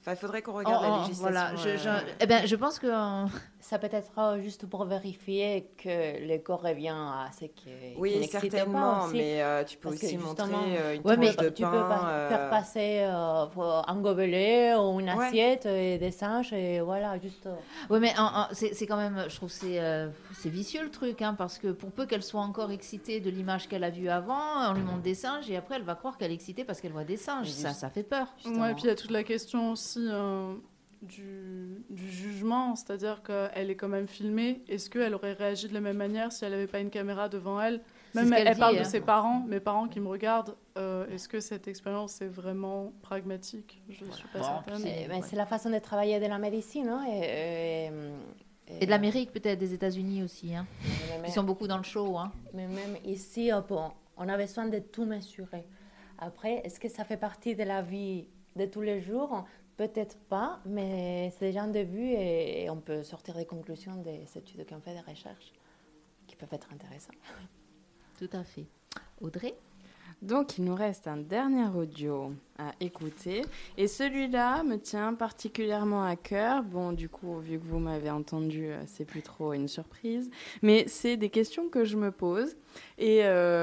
S2: Enfin, il faudrait qu'on regarde
S1: oh,
S2: la
S1: oh,
S2: législation.
S1: Voilà, je, je,
S2: euh...
S1: eh ben, je pense que... Euh...
S11: Ça peut être juste pour vérifier que le corps revient à ce qui,
S2: oui,
S11: qui n'existait
S2: certainement,
S11: pas aussi.
S2: mais euh, tu peux Parce aussi montrer euh, une
S11: ouais,
S2: tranche
S11: mais
S2: de
S11: tu
S2: pain.
S11: Tu peux pas
S2: euh...
S11: faire passer euh, un gobelet ou une assiette ouais. et des singes et voilà, juste...
S1: Oui, mais en, en, c'est, c'est quand même... Je trouve que c'est, euh, c'est vicieux le truc, hein, parce que pour peu qu'elle soit encore excitée de l'image qu'elle a vue avant, on lui montre des singes et après elle va croire qu'elle est excitée parce qu'elle voit des singes. Ça, ça fait peur.
S9: Ouais, et puis il y a toute la question aussi... Euh... Du, du jugement, c'est-à-dire qu'elle est quand même filmée. Est-ce qu'elle aurait réagi de la même manière si elle n'avait pas une caméra devant elle ? Même elle, elle dit, parle hein. de ses parents, mes parents qui me regardent. Euh, est-ce que cette expérience est vraiment pragmatique ? Je ne suis pas bon, certaine.
S11: C'est, mais c'est la façon de travailler de la médecine, hein, et, et,
S1: et, et de l'Amérique peut-être, des États-Unis aussi, hein, qui sont beaucoup dans le show. Hein.
S11: Mais même ici, bon, on a besoin de tout mesurer. Après, est-ce que ça fait partie de la vie de tous les jours ? Peut-être pas, mais c'est déjà un début et on peut sortir des conclusions des études qu'on fait, des recherches qui peuvent être intéressantes.
S1: Tout à fait. Audrey ?
S3: Donc, il nous reste un dernier audio à écouter. Et celui-là me tient particulièrement à cœur. Bon, du coup, vu que vous m'avez entendu, c'est plus trop une surprise. Mais c'est des questions que je me pose. Et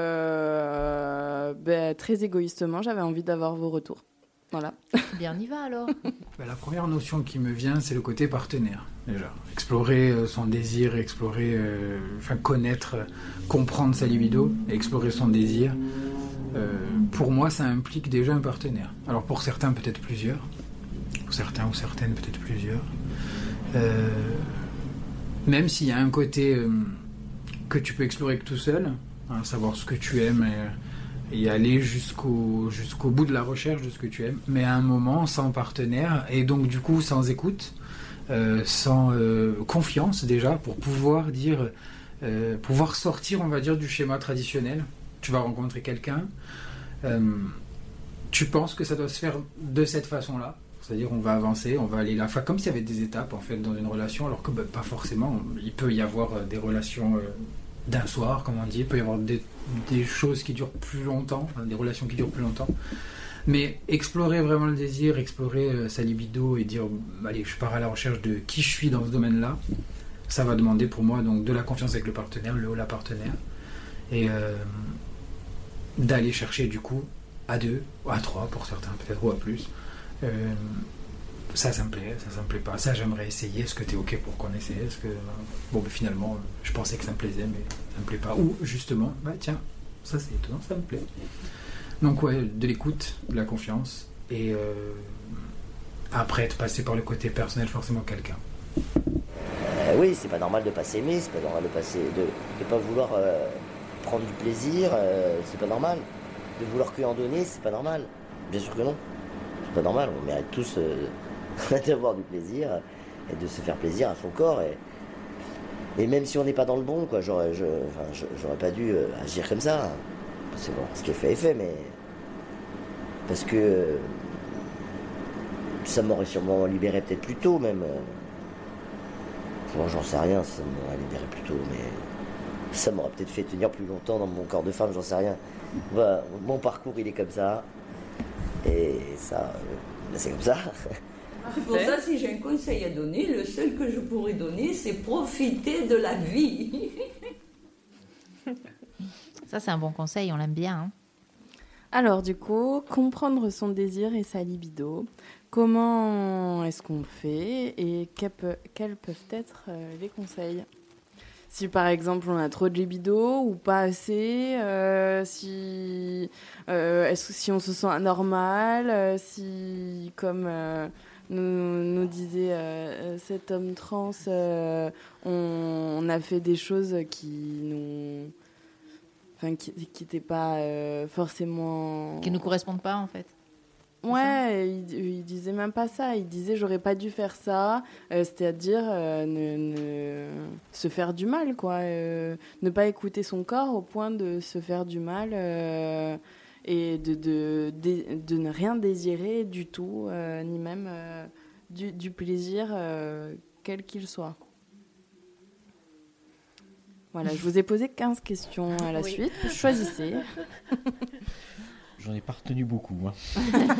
S3: euh, ben, très égoïstement, j'avais envie d'avoir vos retours. Voilà.
S1: Bien, on y va alors.
S12: La première notion qui me vient, c'est le côté partenaire, déjà. Explorer son désir, explorer, euh, enfin connaître, comprendre sa libido, explorer son désir. Euh, pour moi, ça implique déjà un partenaire. Alors pour certains, peut-être plusieurs. Pour certains ou certaines, peut-être plusieurs. Euh, même s'il y a un côté euh, que tu peux explorer que tout seul, hein, savoir ce que tu aimes et... et aller jusqu'au, jusqu'au bout de la recherche de ce que tu aimes, mais à un moment sans partenaire, et donc du coup sans écoute, euh, sans euh, confiance déjà, pour pouvoir dire, euh, pouvoir sortir, on va dire, du schéma traditionnel. Tu vas rencontrer quelqu'un, euh, tu penses que ça doit se faire de cette façon-là, c'est-à-dire on va avancer, on va aller là, enfin, comme s'il y avait des étapes en fait dans une relation, alors que bah, pas forcément, il peut y avoir des relations... Euh, d'un soir, comme on dit, il peut y avoir des, des choses qui durent plus longtemps, des relations qui durent plus longtemps, mais explorer vraiment le désir, explorer euh, sa libido et dire, allez, je pars à la recherche de qui je suis dans ce domaine-là, ça va demander pour moi donc de la confiance avec le partenaire, le ou la partenaire, et euh, d'aller chercher du coup à deux, ou à trois pour certains, peut-être, ou à plus, euh, ça, ça me plaît, ça, ça me plaît pas. Ça, j'aimerais essayer. Est-ce que t'es OK pour qu'on essaie ? Est-ce que... Bon, ben, finalement, je pensais que ça me plaisait, mais ça me plaît pas. Ou, justement, bah tiens, ça, c'est étonnant, ça me plaît. Donc, ouais, de l'écoute, de la confiance, et euh, après, être passé par le côté personnel, forcément, quelqu'un.
S13: Euh, oui, c'est pas normal de pas s'aimer, c'est pas normal de passer, de ne pas vouloir euh, prendre du plaisir, euh, c'est pas normal. De vouloir que en donner, c'est pas normal. Bien sûr que non. C'est pas normal, on mérite tous... Euh, d'avoir du plaisir et de se faire plaisir à son corps et, et même si on n'est pas dans le bon quoi, j'aurais, je, enfin, j'aurais pas dû euh, agir comme ça, c'est bon, ce qui est fait est fait, mais parce que euh, ça m'aurait sûrement libéré peut-être plus tôt même, bon, j'en sais rien, ça m'aurait libéré plus tôt, mais ça m'aurait peut-être fait tenir plus longtemps dans mon corps de femme, j'en sais rien. Voilà, mon parcours il est comme ça et ça euh, c'est comme ça.
S14: C'est pour ça, si j'ai un conseil à donner, le seul que je pourrais donner, c'est profiter de la vie.
S1: Ça, c'est un bon conseil, on l'aime bien. Hein.
S3: Alors, du coup, comprendre son désir et sa libido. Comment est-ce qu'on fait et quels peuvent, quels peuvent être euh, les conseils ? Si, par exemple, on a trop de libido ou pas assez, euh, si, euh, est-ce, si on se sent anormal, euh, si, comme... Euh, Nous, nous disait euh, cet homme trans, euh, on, on a fait des choses qui nous, enfin qui n'étaient pas euh, forcément,
S1: qui nous correspondent pas en fait.
S3: Ouais, il, il disait même pas ça. Il disait j'aurais pas dû faire ça, euh, c'est-à-dire euh, ne, ne se faire du mal quoi, euh, ne pas écouter son corps au point de se faire du mal. Euh, et de, de, de, de ne rien désirer du tout, euh, ni même euh, du, du plaisir, euh, quel qu'il soit. Voilà, je vous ai posé quinze questions à la
S11: oui.
S3: suite. Choisissez.
S10: Je
S8: j'en ai pas retenu beaucoup. Hein.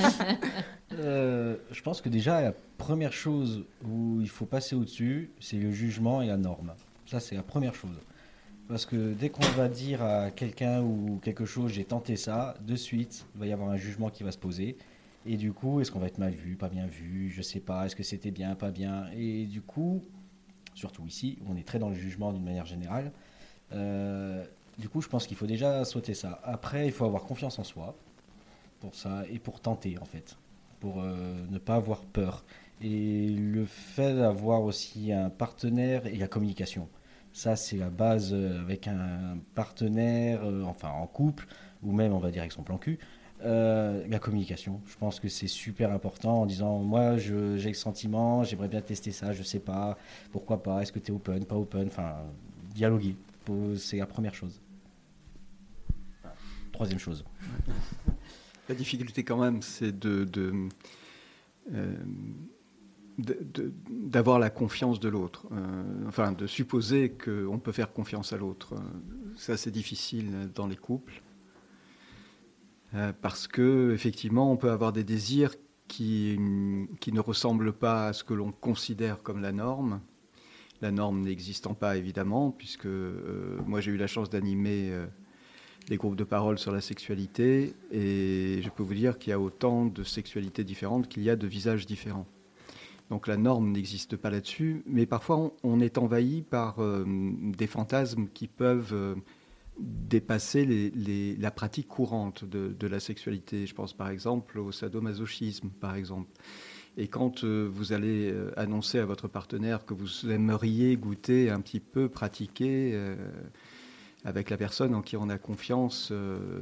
S8: euh, je pense que déjà, la première chose où il faut passer au-dessus, c'est le jugement et la norme. Ça, c'est la première chose. Parce que dès qu'on va dire à quelqu'un ou quelque chose, j'ai tenté ça, de suite, il va y avoir un jugement qui va se poser. Et du coup, est-ce qu'on va être mal vu, pas bien vu, je sais pas, est-ce que c'était bien, pas bien. Et du coup, surtout ici, où on est très dans le jugement d'une manière générale, euh, du coup, je pense qu'il faut déjà sauter ça. Après, il faut avoir confiance en soi pour ça et pour tenter, en fait, pour euh, ne pas avoir peur. Et le fait d'avoir aussi un partenaire et la communication. Ça, c'est la base euh, avec un partenaire, euh, enfin en couple, ou même, on va dire, avec son plan cul. Euh, la communication, je pense que c'est super important en disant, moi, je, j'ai le sentiment, j'aimerais bien tester ça, je sais pas, pourquoi pas, est-ce que tu es open, pas open, enfin, dialoguer, c'est la première chose. Troisième chose.
S10: La difficulté quand même, c'est de... de euh, De, de, d'avoir la confiance de l'autre, euh, enfin de supposer qu'on peut faire confiance à l'autre. Euh, ça, c'est difficile dans les couples, euh, parce que effectivement, on peut avoir des désirs qui, qui ne ressemblent pas à ce que l'on considère comme la norme. La norme n'existant pas, évidemment, puisque euh, moi, j'ai eu la chance d'animer euh, des groupes de parole sur la sexualité, et je peux vous dire qu'il y a autant de sexualités différentes qu'il y a de visages différents. Donc la norme n'existe pas là-dessus, mais parfois on, on est envahi par euh, des fantasmes qui peuvent euh, dépasser les, les, la pratique courante de, de la sexualité. Je pense par exemple au sadomasochisme, par exemple. Et quand euh, vous allez euh, annoncer à votre partenaire que vous aimeriez goûter un petit peu, pratiquer euh, avec la personne en qui on a confiance, euh,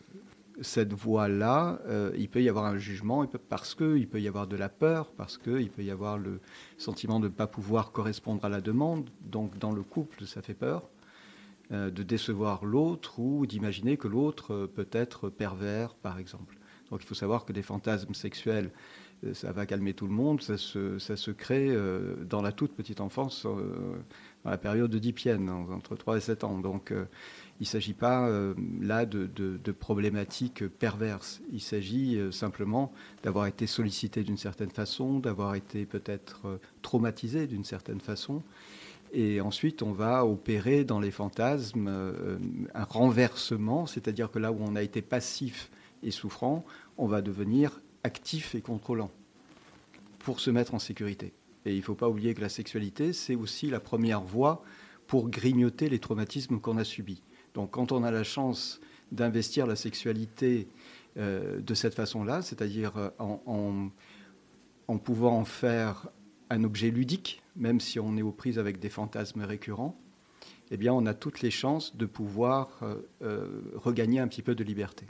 S10: cette voie-là, euh, il peut y avoir un jugement, il peut, parce qu'il peut y avoir de la peur, parce qu'il peut y avoir le sentiment de ne pas pouvoir correspondre à la demande. Donc dans le couple, ça fait peur euh, de décevoir l'autre ou d'imaginer que l'autre euh, peut être pervers, par exemple. Donc il faut savoir que des fantasmes sexuels, euh, ça va calmer tout le monde, ça se, ça se crée euh, dans la toute petite enfance, euh, dans la période d'Oedipienne, entre trois et sept ans. Donc euh, il ne s'agit pas euh, là de, de, de problématiques perverses. Il s'agit euh, simplement d'avoir été sollicité d'une certaine façon, d'avoir été peut-être euh, traumatisé d'une certaine façon. Et ensuite, on va opérer dans les fantasmes euh, un renversement, c'est-à-dire que là où on a été passif et souffrant, on va devenir actif et contrôlant pour se mettre en sécurité. Et il ne faut pas oublier que la sexualité, c'est aussi la première voie pour grignoter les traumatismes qu'on a subis. Donc quand on a la chance d'investir la sexualité euh, de cette façon-là, c'est-à-dire en, en, en pouvant en faire un objet ludique, même si on est aux prises avec des fantasmes récurrents, eh bien on a toutes les chances de pouvoir euh, euh, regagner un petit peu de liberté.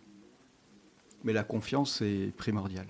S10: Mais la confiance est primordiale.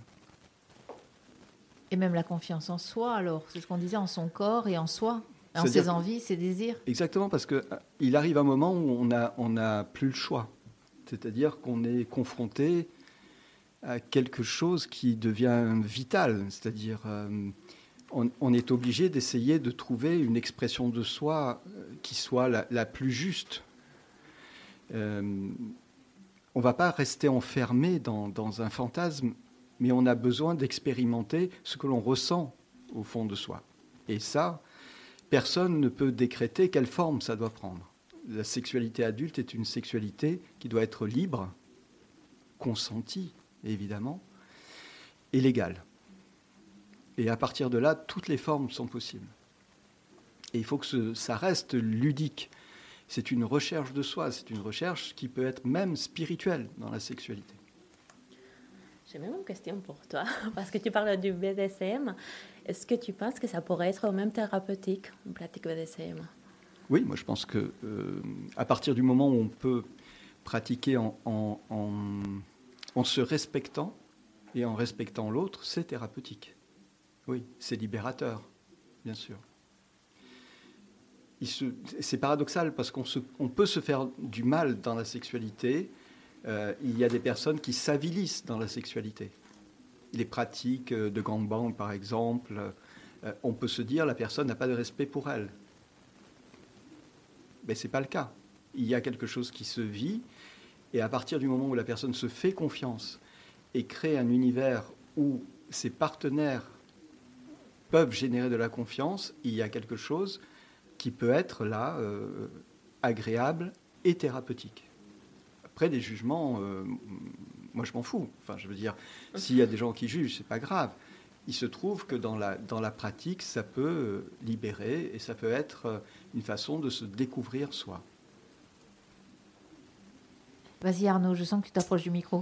S1: Et même la confiance en soi, alors, c'est ce qu'on disait, en son corps et en soi, en
S10: C'est-à-dire
S1: ses envies, ses désirs.
S10: Exactement, parce qu'il arrive un moment où on n'a on a plus le choix. C'est-à-dire qu'on est confronté à quelque chose qui devient vital. C'est-à-dire euh, on, on est obligé d'essayer de trouver une expression de soi qui soit la, la plus juste. Euh, on ne va pas rester enfermé dans, dans un fantasme, mais on a besoin d'expérimenter ce que l'on ressent au fond de soi. Et ça, personne ne peut décréter quelle forme ça doit prendre. La sexualité adulte est une sexualité qui doit être libre, consentie, évidemment, et légale. Et à partir de là, toutes les formes sont possibles. Et il faut que ce, ça reste ludique. C'est une recherche de soi, c'est une recherche qui peut être même spirituelle dans la sexualité.
S11: J'ai même une question pour toi, parce que tu parles du B D S M. Est-ce que tu penses que ça pourrait être même thérapeutique, une pratique B D S M?
S10: Oui, moi je pense que euh, à partir du moment où on peut pratiquer en, en, en, en se respectant et en respectant l'autre, c'est thérapeutique. Oui, c'est libérateur, bien sûr. Il se, c'est paradoxal parce qu'on se, on peut se faire du mal dans la sexualité. Euh, il y a des personnes qui s'avilissent dans la sexualité. Les pratiques de gangbang, par exemple, euh, on peut se dire la personne n'a pas de respect pour elle. Mais ce n'est pas le cas. Il y a quelque chose qui se vit Et à partir du moment où la personne se fait confiance et crée un univers où ses partenaires peuvent générer de la confiance, il y a quelque chose qui peut être là euh, agréable et thérapeutique. Après, des jugements, euh, moi je m'en fous. Enfin, je veux dire, s'il y a des gens qui jugent, c'est pas grave. Il se trouve que dans la, dans la pratique, ça peut libérer et ça peut être une façon de se découvrir soi.
S1: Vas-y Arnaud, je sens que tu t'approches du micro.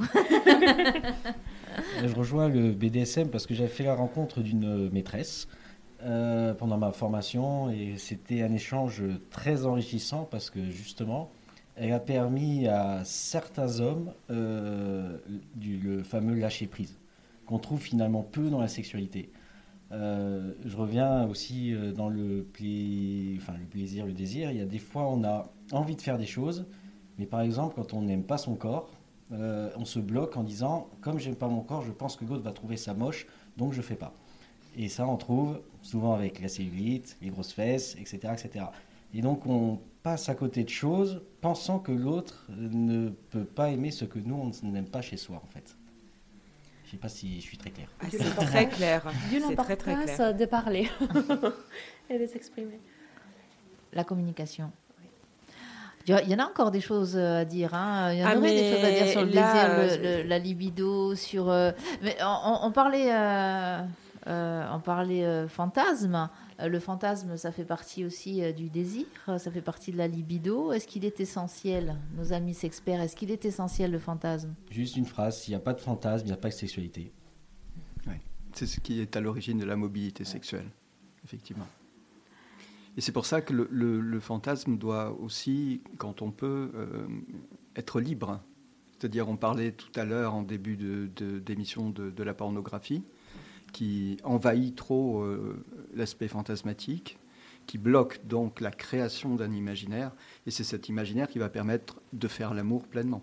S8: Je rejoins le B D S M parce que j'avais fait la rencontre d'une maîtresse euh, pendant ma formation et c'était un échange très enrichissant parce que justement, elle a permis à certains hommes euh, du, le fameux lâcher-prise qu'on trouve finalement peu dans la sexualité. Euh, je reviens aussi dans le, pla... enfin, le plaisir, le désir. Il y a des fois, on a envie de faire des choses, mais par exemple, quand on n'aime pas son corps, euh, on se bloque en disant « comme j'aime pas mon corps, je pense que l'autre va trouver ça moche, donc je fais pas ». Et ça, on trouve souvent avec la cellulite, les grosses fesses, et cetera, et cetera. Et donc, on passe à côté de choses, pensant que l'autre ne peut pas aimer ce que nous, on n'aime pas chez soi, en fait. Je ne sais pas si je suis très claire.
S2: Ah, c'est très clair.
S11: D'où
S2: C'est très, très
S11: l'importance
S2: clair.
S11: de parler et de s'exprimer.
S1: La communication. Il y en a encore des choses à dire. Hein. Il y en
S2: Ah,
S1: aurait des choses à dire sur le
S2: là,
S1: désir, le, le, la libido, sur. Euh, mais on, on parlait, euh, euh, on parlait euh, fantasme. Le fantasme, ça fait partie aussi euh, du désir, ça fait partie de la libido. Est-ce qu'il est essentiel, nos amis s'experts, est-ce qu'il est essentiel le fantasme ?
S8: Juste une phrase, s'il n'y a pas de fantasme, il n'y a pas de sexualité.
S10: Oui. C'est ce qui est à l'origine de la mobilité sexuelle, effectivement. Et c'est pour ça que le, le, le fantasme doit aussi, quand on peut, euh, être libre. C'est-à-dire, on parlait tout à l'heure en début de, de, d'émission de, de la pornographie, qui envahit trop euh, l'aspect fantasmatique, qui bloque donc la création d'un imaginaire, et c'est cet imaginaire qui va permettre de faire l'amour pleinement.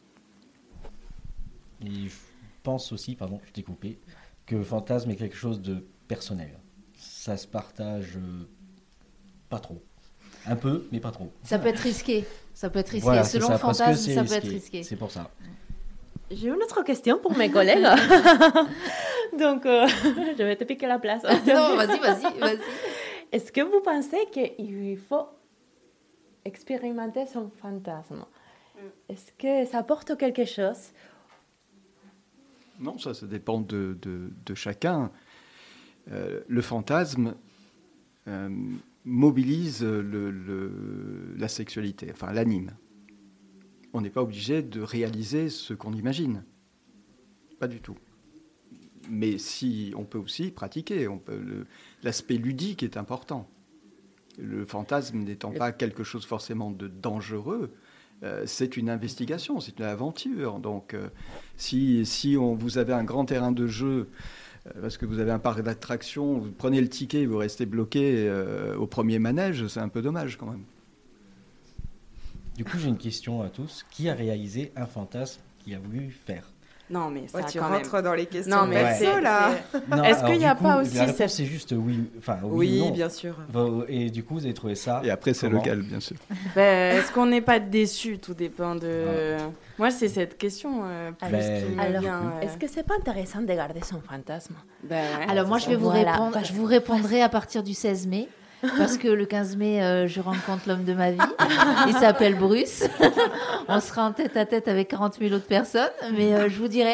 S8: Et je pense aussi, pardon, je t'ai coupé, que le fantasme est quelque chose de personnel. Ça se partage euh, pas trop. Un peu, mais pas trop.
S1: Ça peut être risqué. Ça peut être risqué.
S8: Voilà,
S1: Selon
S8: ça,
S1: le fantasme, ça
S8: risqué.
S1: peut être risqué.
S8: C'est pour ça.
S11: J'ai une autre question pour mes collègues. Donc, euh, je vais te piquer la place.
S1: Non, vas-y, vas-y, vas-y.
S11: Est-ce que vous pensez qu'il faut expérimenter son fantasme ? Est-ce que ça apporte quelque chose ?
S10: Non, ça, ça dépend de, de, de chacun. Euh, le fantasme euh, mobilise le, le, la sexualité, enfin l'anime. On n'est pas obligé de réaliser ce qu'on imagine. Pas du tout. Mais si, on peut aussi pratiquer. On peut, le, l'aspect ludique est important. Le fantasme n'étant pas quelque chose forcément de dangereux, euh, c'est une investigation, c'est une aventure. Donc, euh, si, si on, vous avez un grand terrain de jeu, euh, parce que vous avez un parc d'attractions, vous prenez le ticket et vous restez bloqué euh, au premier manège, c'est un peu dommage quand même.
S8: Du coup, j'ai une question à tous. Qui a réalisé un fantasme qu'il a voulu faire ?
S3: Non, mais ça
S2: ouais, tu
S3: quand
S2: rentres
S3: même...
S2: dans les questions
S3: non, mais
S2: perso,
S3: c'est,
S2: là.
S8: Non,
S3: Est-ce qu'il n'y a
S8: coup,
S3: pas aussi
S8: la réponse,
S3: cette...
S8: c'est juste oui, enfin oui,
S2: oui
S8: non.
S2: bien sûr.
S8: Et du coup, vous avez trouvé ça.
S10: Et après, c'est
S8: comment ?
S10: lequel, bien sûr.
S3: Ben, est-ce qu'on n'est pas déçu ? Tout dépend de. Ah. Moi, c'est cette question. Euh, plus
S8: ben,
S3: qui me
S11: alors,
S3: vient, ouais.
S11: Est-ce que c'est pas intéressant de garder son fantasme ?
S3: Ben, ouais,
S1: alors moi, je vais vous
S11: voilà.
S1: répondre. Je vous répondrai à partir du seize mai. Parce que le quinze mai, euh, je rencontre l'homme de ma vie. Il s'appelle Bruce. On sera en tête à tête avec quarante mille autres personnes, mais euh, je vous dirai.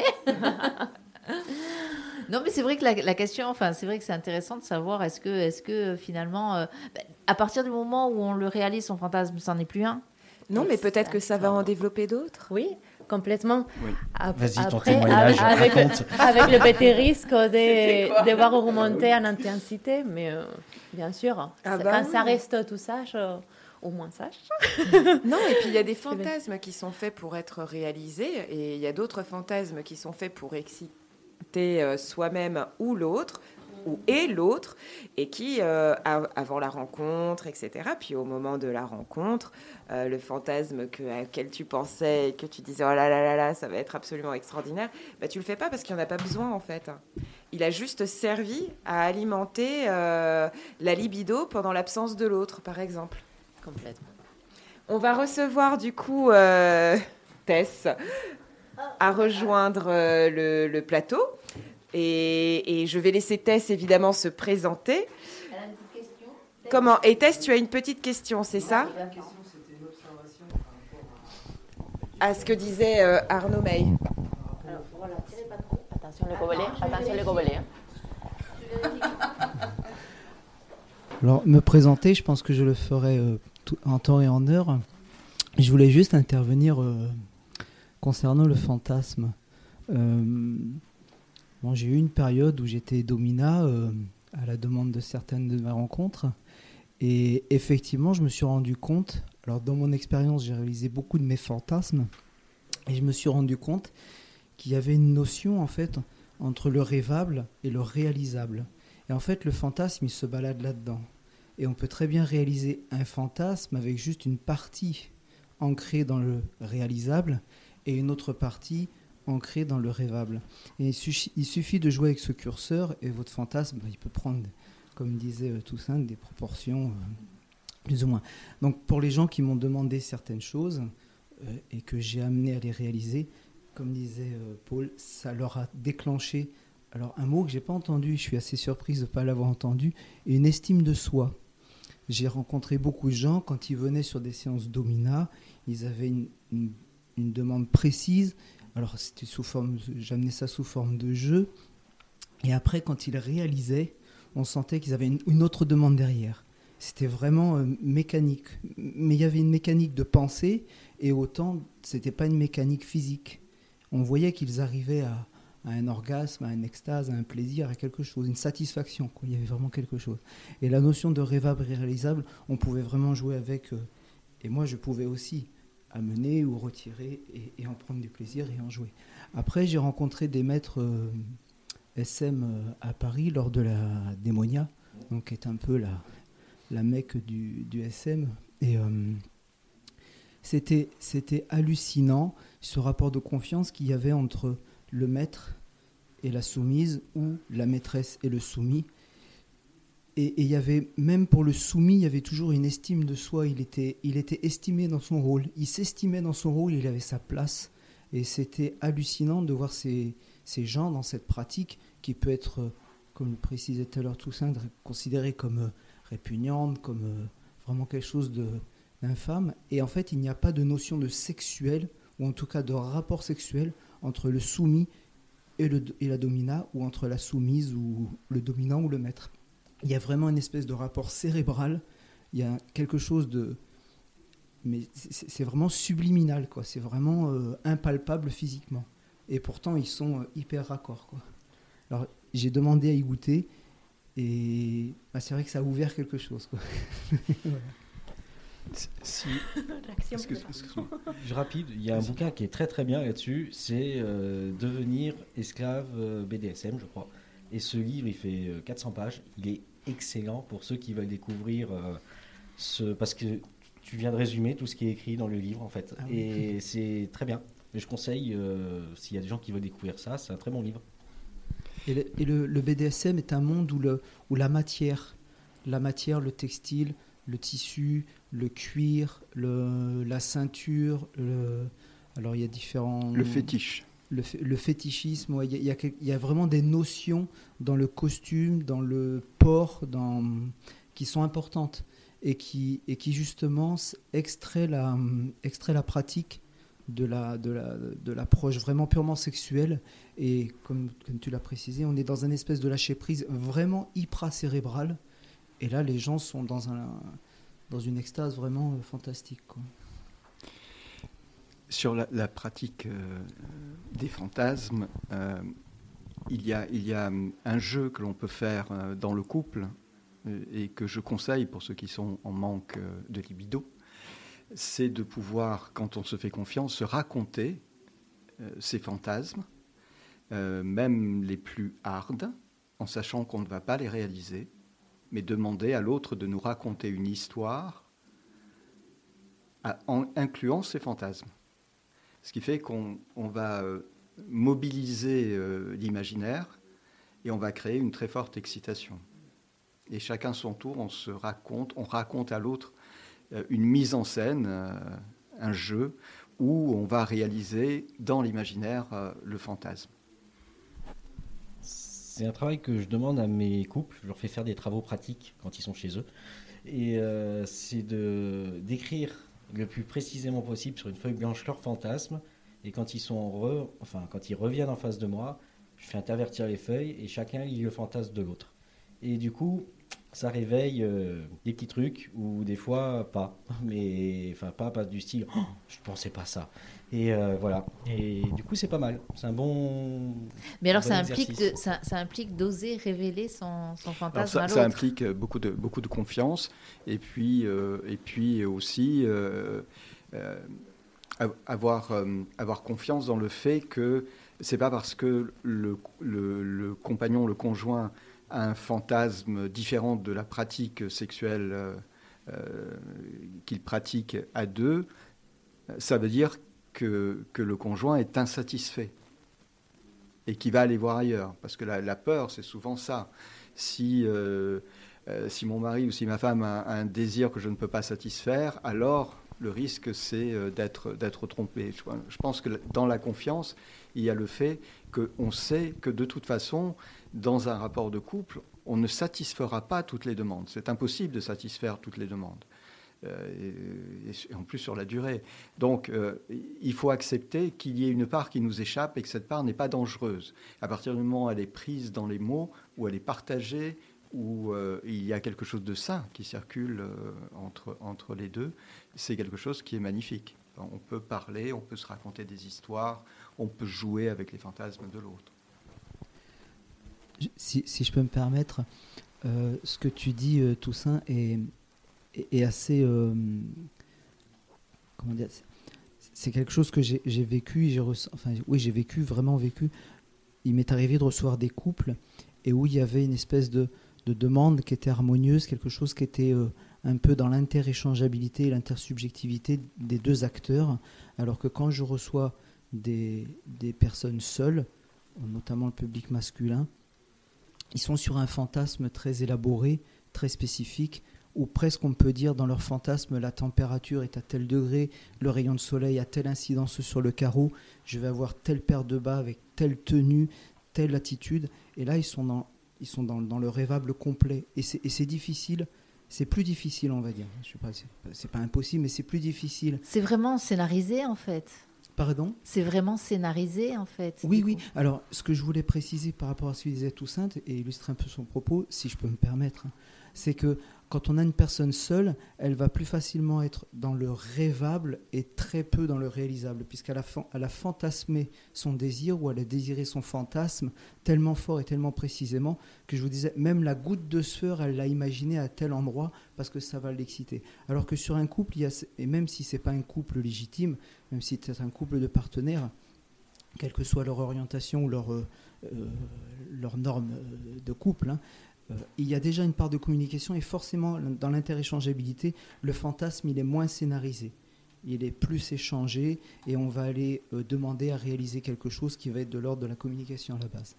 S1: Non, mais c'est vrai que la, la question, enfin, c'est vrai que c'est intéressant de savoir est-ce que, est-ce que finalement, euh, à partir du moment où on le réalise, son fantasme, c'en est plus un.
S2: Non, mais peut-être que ça va en développer d'autres.
S11: Oui, complètement.
S10: Oui.
S11: Ap-
S8: Vas-y, ton
S11: après,
S8: témoignage,
S11: avec,
S8: raconte.
S11: avec le petit risque de, de voir remonter en intensité, mais euh, bien sûr,
S2: Ah
S11: ça-
S2: bah
S11: quand
S2: oui.
S11: ça reste tout ça, je- au moins ça.
S2: Non, et puis il y a des fantasmes qui sont faits pour être réalisés, et il y a d'autres fantasmes qui sont faits pour exciter euh, soi-même ou l'autre, ou et l'autre, et qui, euh, av- avant la rencontre, et cetera, puis au moment de la rencontre, euh, le fantasme que, à quel tu pensais et que tu disais « oh là là là là, ça va être absolument extraordinaire », bah, tu le fais pas parce qu'il n'y en a pas besoin, en fait. Il a juste servi à alimenter euh, la libido pendant l'absence de l'autre, par exemple.
S11: Complètement.
S2: On va recevoir, du coup... Euh... Tess à rejoindre euh, le, le plateau. Et, et je vais laisser Tess, évidemment, se présenter.
S11: Elle a une petite question.
S2: Comment ? Et Tess, tu as une petite question, c'est ça ?
S8: La question, c'était une observation par rapport
S2: à ce que disait euh, Arnaud May.
S11: Alors, voilà, tirez pas trop. Attention les gobelets, attention les gobelets.
S15: Alors, me présenter, je pense que je le ferai euh, tout, en temps et en heure. Je voulais juste intervenir euh, concernant le fantasme. Euh, bon, j'ai eu une période où j'étais domina euh, à la demande de certaines de mes rencontres. Et effectivement, je me suis rendu compte, alors dans mon expérience, j'ai réalisé beaucoup de mes fantasmes. Et je me suis rendu compte qu'il y avait une notion, en fait, entre le rêvable et le réalisable. Et en fait, le fantasme, il se balade là-dedans. Et on peut très bien réaliser un fantasme avec juste une partie ancrée dans le réalisable et une autre partie ancrée dans le rêvable. Et il suffit, il suffit de jouer avec ce curseur et votre fantasme, il peut prendre, comme disait Toussaint, des proportions euh, plus ou moins. Donc pour les gens qui m'ont demandé certaines choses euh, et que j'ai amené à les réaliser, comme disait euh, Paul, ça leur a déclenché, alors un mot que je n'ai pas entendu, je suis assez surprise de ne pas l'avoir entendu, une estime de soi. J'ai rencontré beaucoup de gens, quand ils venaient sur des séances domina, ils avaient une, une, une demande précise. Alors c'était sous forme, j'amenais ça sous forme de jeu. Et après, quand ils réalisaient, on sentait qu'ils avaient une, une autre demande derrière. C'était vraiment euh, mécanique. Mais il y avait une mécanique de pensée, et autant, ce n'était pas une mécanique physique. On voyait qu'ils arrivaient à, à un orgasme, à une extase, à un plaisir, à quelque chose, une satisfaction, quoi. Il y avait vraiment quelque chose. Et la notion de rêvable et réalisable, on pouvait vraiment jouer avec. Euh, et moi, je pouvais aussi amener ou retirer et, et en prendre du plaisir et en jouer. Après, j'ai rencontré des maîtres euh, S M euh, à Paris lors de la Démonia, donc qui est un peu la, la mecque du, du S M. Et euh, c'était, c'était hallucinant, ce rapport de confiance qu'il y avait entre le maître et la soumise, ou la maîtresse et le soumis. Et il y avait, même pour le soumis, il y avait toujours une estime de soi. Il était, il était estimé dans son rôle. Il s'estimait dans son rôle, il avait sa place. Et c'était hallucinant de voir ces, ces gens dans cette pratique qui peut être, comme le précisait tout à l'heure Toussaint, considérée comme répugnante, comme vraiment quelque chose de, d'infâme. Et en fait, il n'y a pas de notion de sexuel, ou en tout cas de rapport sexuel, entre le soumis et, le, et la domina, ou entre la soumise ou le dominant ou le maître. Il y a vraiment une espèce de rapport cérébral, il y a quelque chose de... Mais c'est, c'est vraiment subliminal, quoi. C'est vraiment euh, impalpable physiquement. Et pourtant, ils sont euh, hyper raccords, quoi. Alors, j'ai demandé à y goûter, et bah, c'est vrai que ça a ouvert quelque chose, quoi. Voilà.
S8: Si, excuse, excuse-moi. Je rapide, il y a un bouquin qui est très très bien là-dessus, c'est euh, Devenir esclave euh, B D S M, je crois. Et ce livre, il fait euh, quatre cents pages. Il est excellent pour ceux qui veulent découvrir euh, ce... Parce que tu viens de résumer tout ce qui est écrit dans le livre, en fait. Ah oui. Et c'est très bien. Et je conseille, euh, s'il y a des gens qui veulent découvrir ça, c'est un très bon livre.
S15: Et le, et le, le B D S M est un monde où, le, où la matière, la matière, le textile, le tissu, le cuir, le, la ceinture, le, alors il y a différents...
S10: Le fétiche.
S15: Le, le fétichisme, ouais, il, y a, il, y a, il y a vraiment des notions dans le costume, dans le port, dans, qui sont importantes et qui, et qui justement extraient la, extraient la pratique de, la, de, la, de l'approche vraiment purement sexuelle. Et comme, comme tu l'as précisé, on est dans un espèce de lâcher-prise vraiment hyper-cérébral. Et là, les gens sont dans, un, dans une extase vraiment euh, fantastique, quoi.
S10: Sur la, la pratique euh, des fantasmes, euh, il, y a, il y a un jeu que l'on peut faire euh, dans le couple euh, et que je conseille pour ceux qui sont en manque euh, de libido, c'est de pouvoir, quand on se fait confiance, se raconter euh, ses fantasmes, euh, même les plus hardes, en sachant qu'on ne va pas les réaliser, mais demander à l'autre de nous raconter une histoire à, en incluant ses fantasmes. Ce qui fait qu'on on va euh, mobiliser euh, l'imaginaire et on va créer une très forte excitation. Et chacun son tour, on se raconte, on raconte à l'autre euh, une mise en scène, euh, un jeu, où on va réaliser dans l'imaginaire euh, le fantasme.
S8: C'est un travail que je demande à mes couples. Je leur fais faire des travaux pratiques quand ils sont chez eux. Et euh, c'est de, d'écrire le plus précisément possible sur une feuille blanche leur fantasme. Et quand ils, sont re, enfin, quand ils reviennent en face de moi, je fais intervertir les feuilles et chacun lit le fantasme de l'autre. Et du coup, ça réveille euh, des petits trucs ou des fois pas. Mais enfin, pas, pas du style oh, « je pensais pas ça ». Et euh, voilà. Et du coup, c'est pas mal. C'est un bon.
S1: Mais alors,
S8: bon
S1: ça, implique de,
S8: exercice.
S1: ça, ça implique d'oser révéler son, son fantasme
S10: Alors ça,
S1: à l'autre.
S10: ça implique beaucoup de, beaucoup de confiance et puis, euh, et puis aussi euh, euh, avoir, euh, avoir confiance dans le fait que c'est pas parce que le, le, le compagnon, le conjoint a un fantasme différent de la pratique sexuelle euh, euh, qu'il pratique à deux, ça veut dire que, que le conjoint est insatisfait et qu'il va aller voir ailleurs. Parce que la, la peur, c'est souvent ça. Si, euh, euh, si mon mari ou si ma femme a, a un désir que je ne peux pas satisfaire, alors le risque, c'est euh, d'être, d'être trompé. Je, je pense que dans la confiance, il y a le fait qu'on sait que de toute façon, dans un rapport de couple, on ne satisfera pas toutes les demandes. C'est impossible de satisfaire toutes les demandes. Euh, et, et en plus sur la durée. Donc, euh, il faut accepter qu'il y ait une part qui nous échappe et que cette part n'est pas dangereuse. À partir du moment où elle est prise dans les mots, où elle est partagée, où euh, il y a quelque chose de sain qui circule euh, entre, entre les deux, c'est quelque chose qui est magnifique. On peut parler, on peut se raconter des histoires, on peut jouer avec les fantasmes de l'autre.
S15: Si, si je peux me permettre, euh, ce que tu dis, euh, Toussaint, est... est assez euh, comment dire, c'est quelque chose que j'ai, j'ai vécu j'ai ress- enfin oui j'ai vécu vraiment vécu il m'est arrivé de recevoir des couples et où il y avait une espèce de, de demande qui était harmonieuse, quelque chose qui était euh, un peu dans l'interéchangeabilité et l'intersubjectivité des deux acteurs, alors que quand je reçois des, des personnes seules, notamment le public masculin, ils sont sur un fantasme très élaboré, très spécifique, ou presque on peut dire dans leur fantasme, la température est à tel degré, le rayon de soleil a telle incidence sur le carreau, je vais avoir telle paire de bas avec telle tenue, telle attitude. Et là, ils sont dans, ils sont dans, dans le rêvable complet. Et c'est, et c'est difficile, c'est plus difficile, on va dire. Je sais pas, c'est, c'est pas impossible, mais c'est plus difficile.
S1: C'est vraiment scénarisé, en fait.
S15: Pardon ?
S1: C'est vraiment scénarisé, en fait.
S15: Oui, oui. Alors, ce que je voulais préciser par rapport à ce que disait Toussaint, et illustrer un peu son propos, si je peux me permettre, c'est que quand on a une personne seule, elle va plus facilement être dans le rêvable et très peu dans le réalisable, puisqu'elle a, elle a fantasmé son désir ou elle a désiré son fantasme tellement fort et tellement précisément que je vous disais, même la goutte de sueur, elle l'a imaginé à tel endroit parce que ça va l'exciter. Alors que sur un couple, il y a, et même si ce n'est pas un couple légitime, même si c'est un couple de partenaires, quelle que soit leur orientation ou leur, euh, leur norme de couple, hein, Euh, il y a déjà une part de communication et forcément dans l'interéchangeabilité, le fantasme il est moins scénarisé, il est plus échangé et on va aller euh, demander à réaliser quelque chose qui va être de l'ordre de la communication à la base.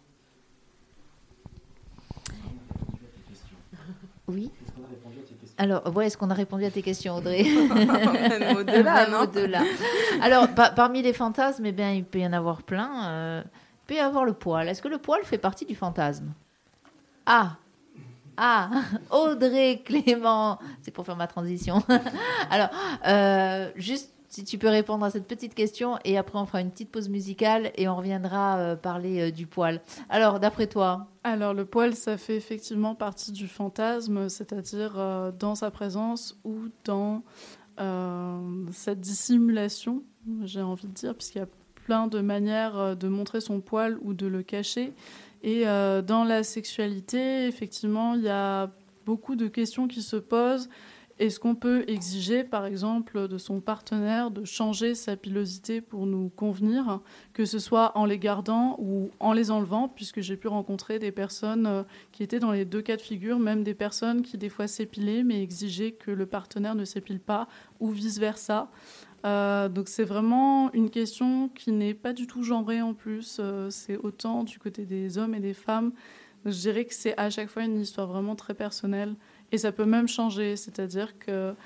S1: Oui. Alors, ouais, est-ce qu'on a répondu à tes questions, Audrey?
S3: Même au-delà,
S1: Même
S3: non
S1: au-delà. Alors, pa- parmi les fantasmes, eh bien, il peut y en avoir plein. Euh, il peut y avoir le poil. Est-ce que le poil fait partie du fantasme? Ah Ah, Audrey Clément, c'est pour faire ma transition. Alors, euh, juste si tu peux répondre à cette petite question et après on fera une petite pause musicale et on reviendra euh, parler euh, du poil. Alors, d'après toi?
S9: Alors, le poil, ça fait effectivement partie du fantasme, c'est-à-dire euh, dans sa présence ou dans euh, cette dissimulation, j'ai envie de dire, puisqu'il y a plein de manières de montrer son poil ou de le cacher. Et euh, dans la sexualité, effectivement, il y a beaucoup de questions qui se posent. Est-ce qu'on peut exiger, par exemple, de son partenaire de changer sa pilosité pour nous convenir, que ce soit en les gardant ou en les enlevant, puisque j'ai pu rencontrer des personnes qui étaient dans les deux cas de figure, même des personnes qui des fois s'épilaient, mais exigeaient que le partenaire ne s'épile pas, ou vice-versa. Euh, donc c'est vraiment une question qui n'est pas du tout genrée en plus, euh, c'est autant du côté des hommes et des femmes. Donc, je dirais que c'est à chaque fois une histoire vraiment très personnelle et ça peut même changer, c'est-à-dire que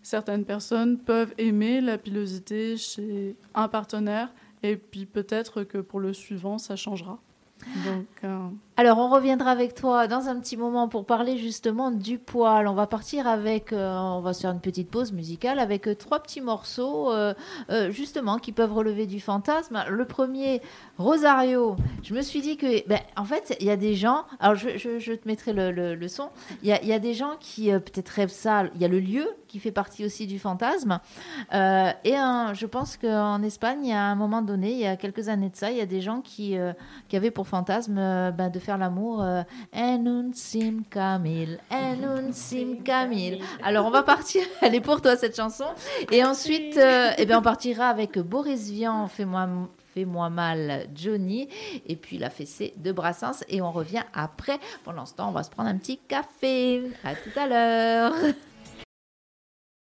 S9: certaines personnes peuvent aimer la pilosité chez un partenaire et puis peut-être que pour le suivant, ça changera. Donc, euh...
S1: Alors, on reviendra avec toi dans un petit moment pour parler justement du poil. On va partir avec, euh, on va se faire une petite pause musicale avec euh, trois petits morceaux euh, euh, justement qui peuvent relever du fantasme. Le premier, Rosario. Je me suis dit que, ben, en fait, il y a des gens. Alors, je, je, je te mettrai le, le, le son. Il y a, il y a des gens qui euh, peut-être rêvent ça. Il y a le lieu qui fait partie aussi du fantasme. Euh, et un, je pense qu'en Espagne, il y a un moment donné, il y a quelques années de ça, il y a des gens qui, euh, qui avaient pour fantasme euh, ben, de faire l'amour euh, En un sim Camille, en un sim Camille. Alors on va partir, elle est pour toi cette chanson. Et ensuite, euh, eh bien, on partira avec Boris Vian, Fais-moi, Fais-moi mal Johnny, et puis la fessée de Brassens. Et on revient après. Pendant ce temps, on va se prendre un petit café. À tout à l'heure.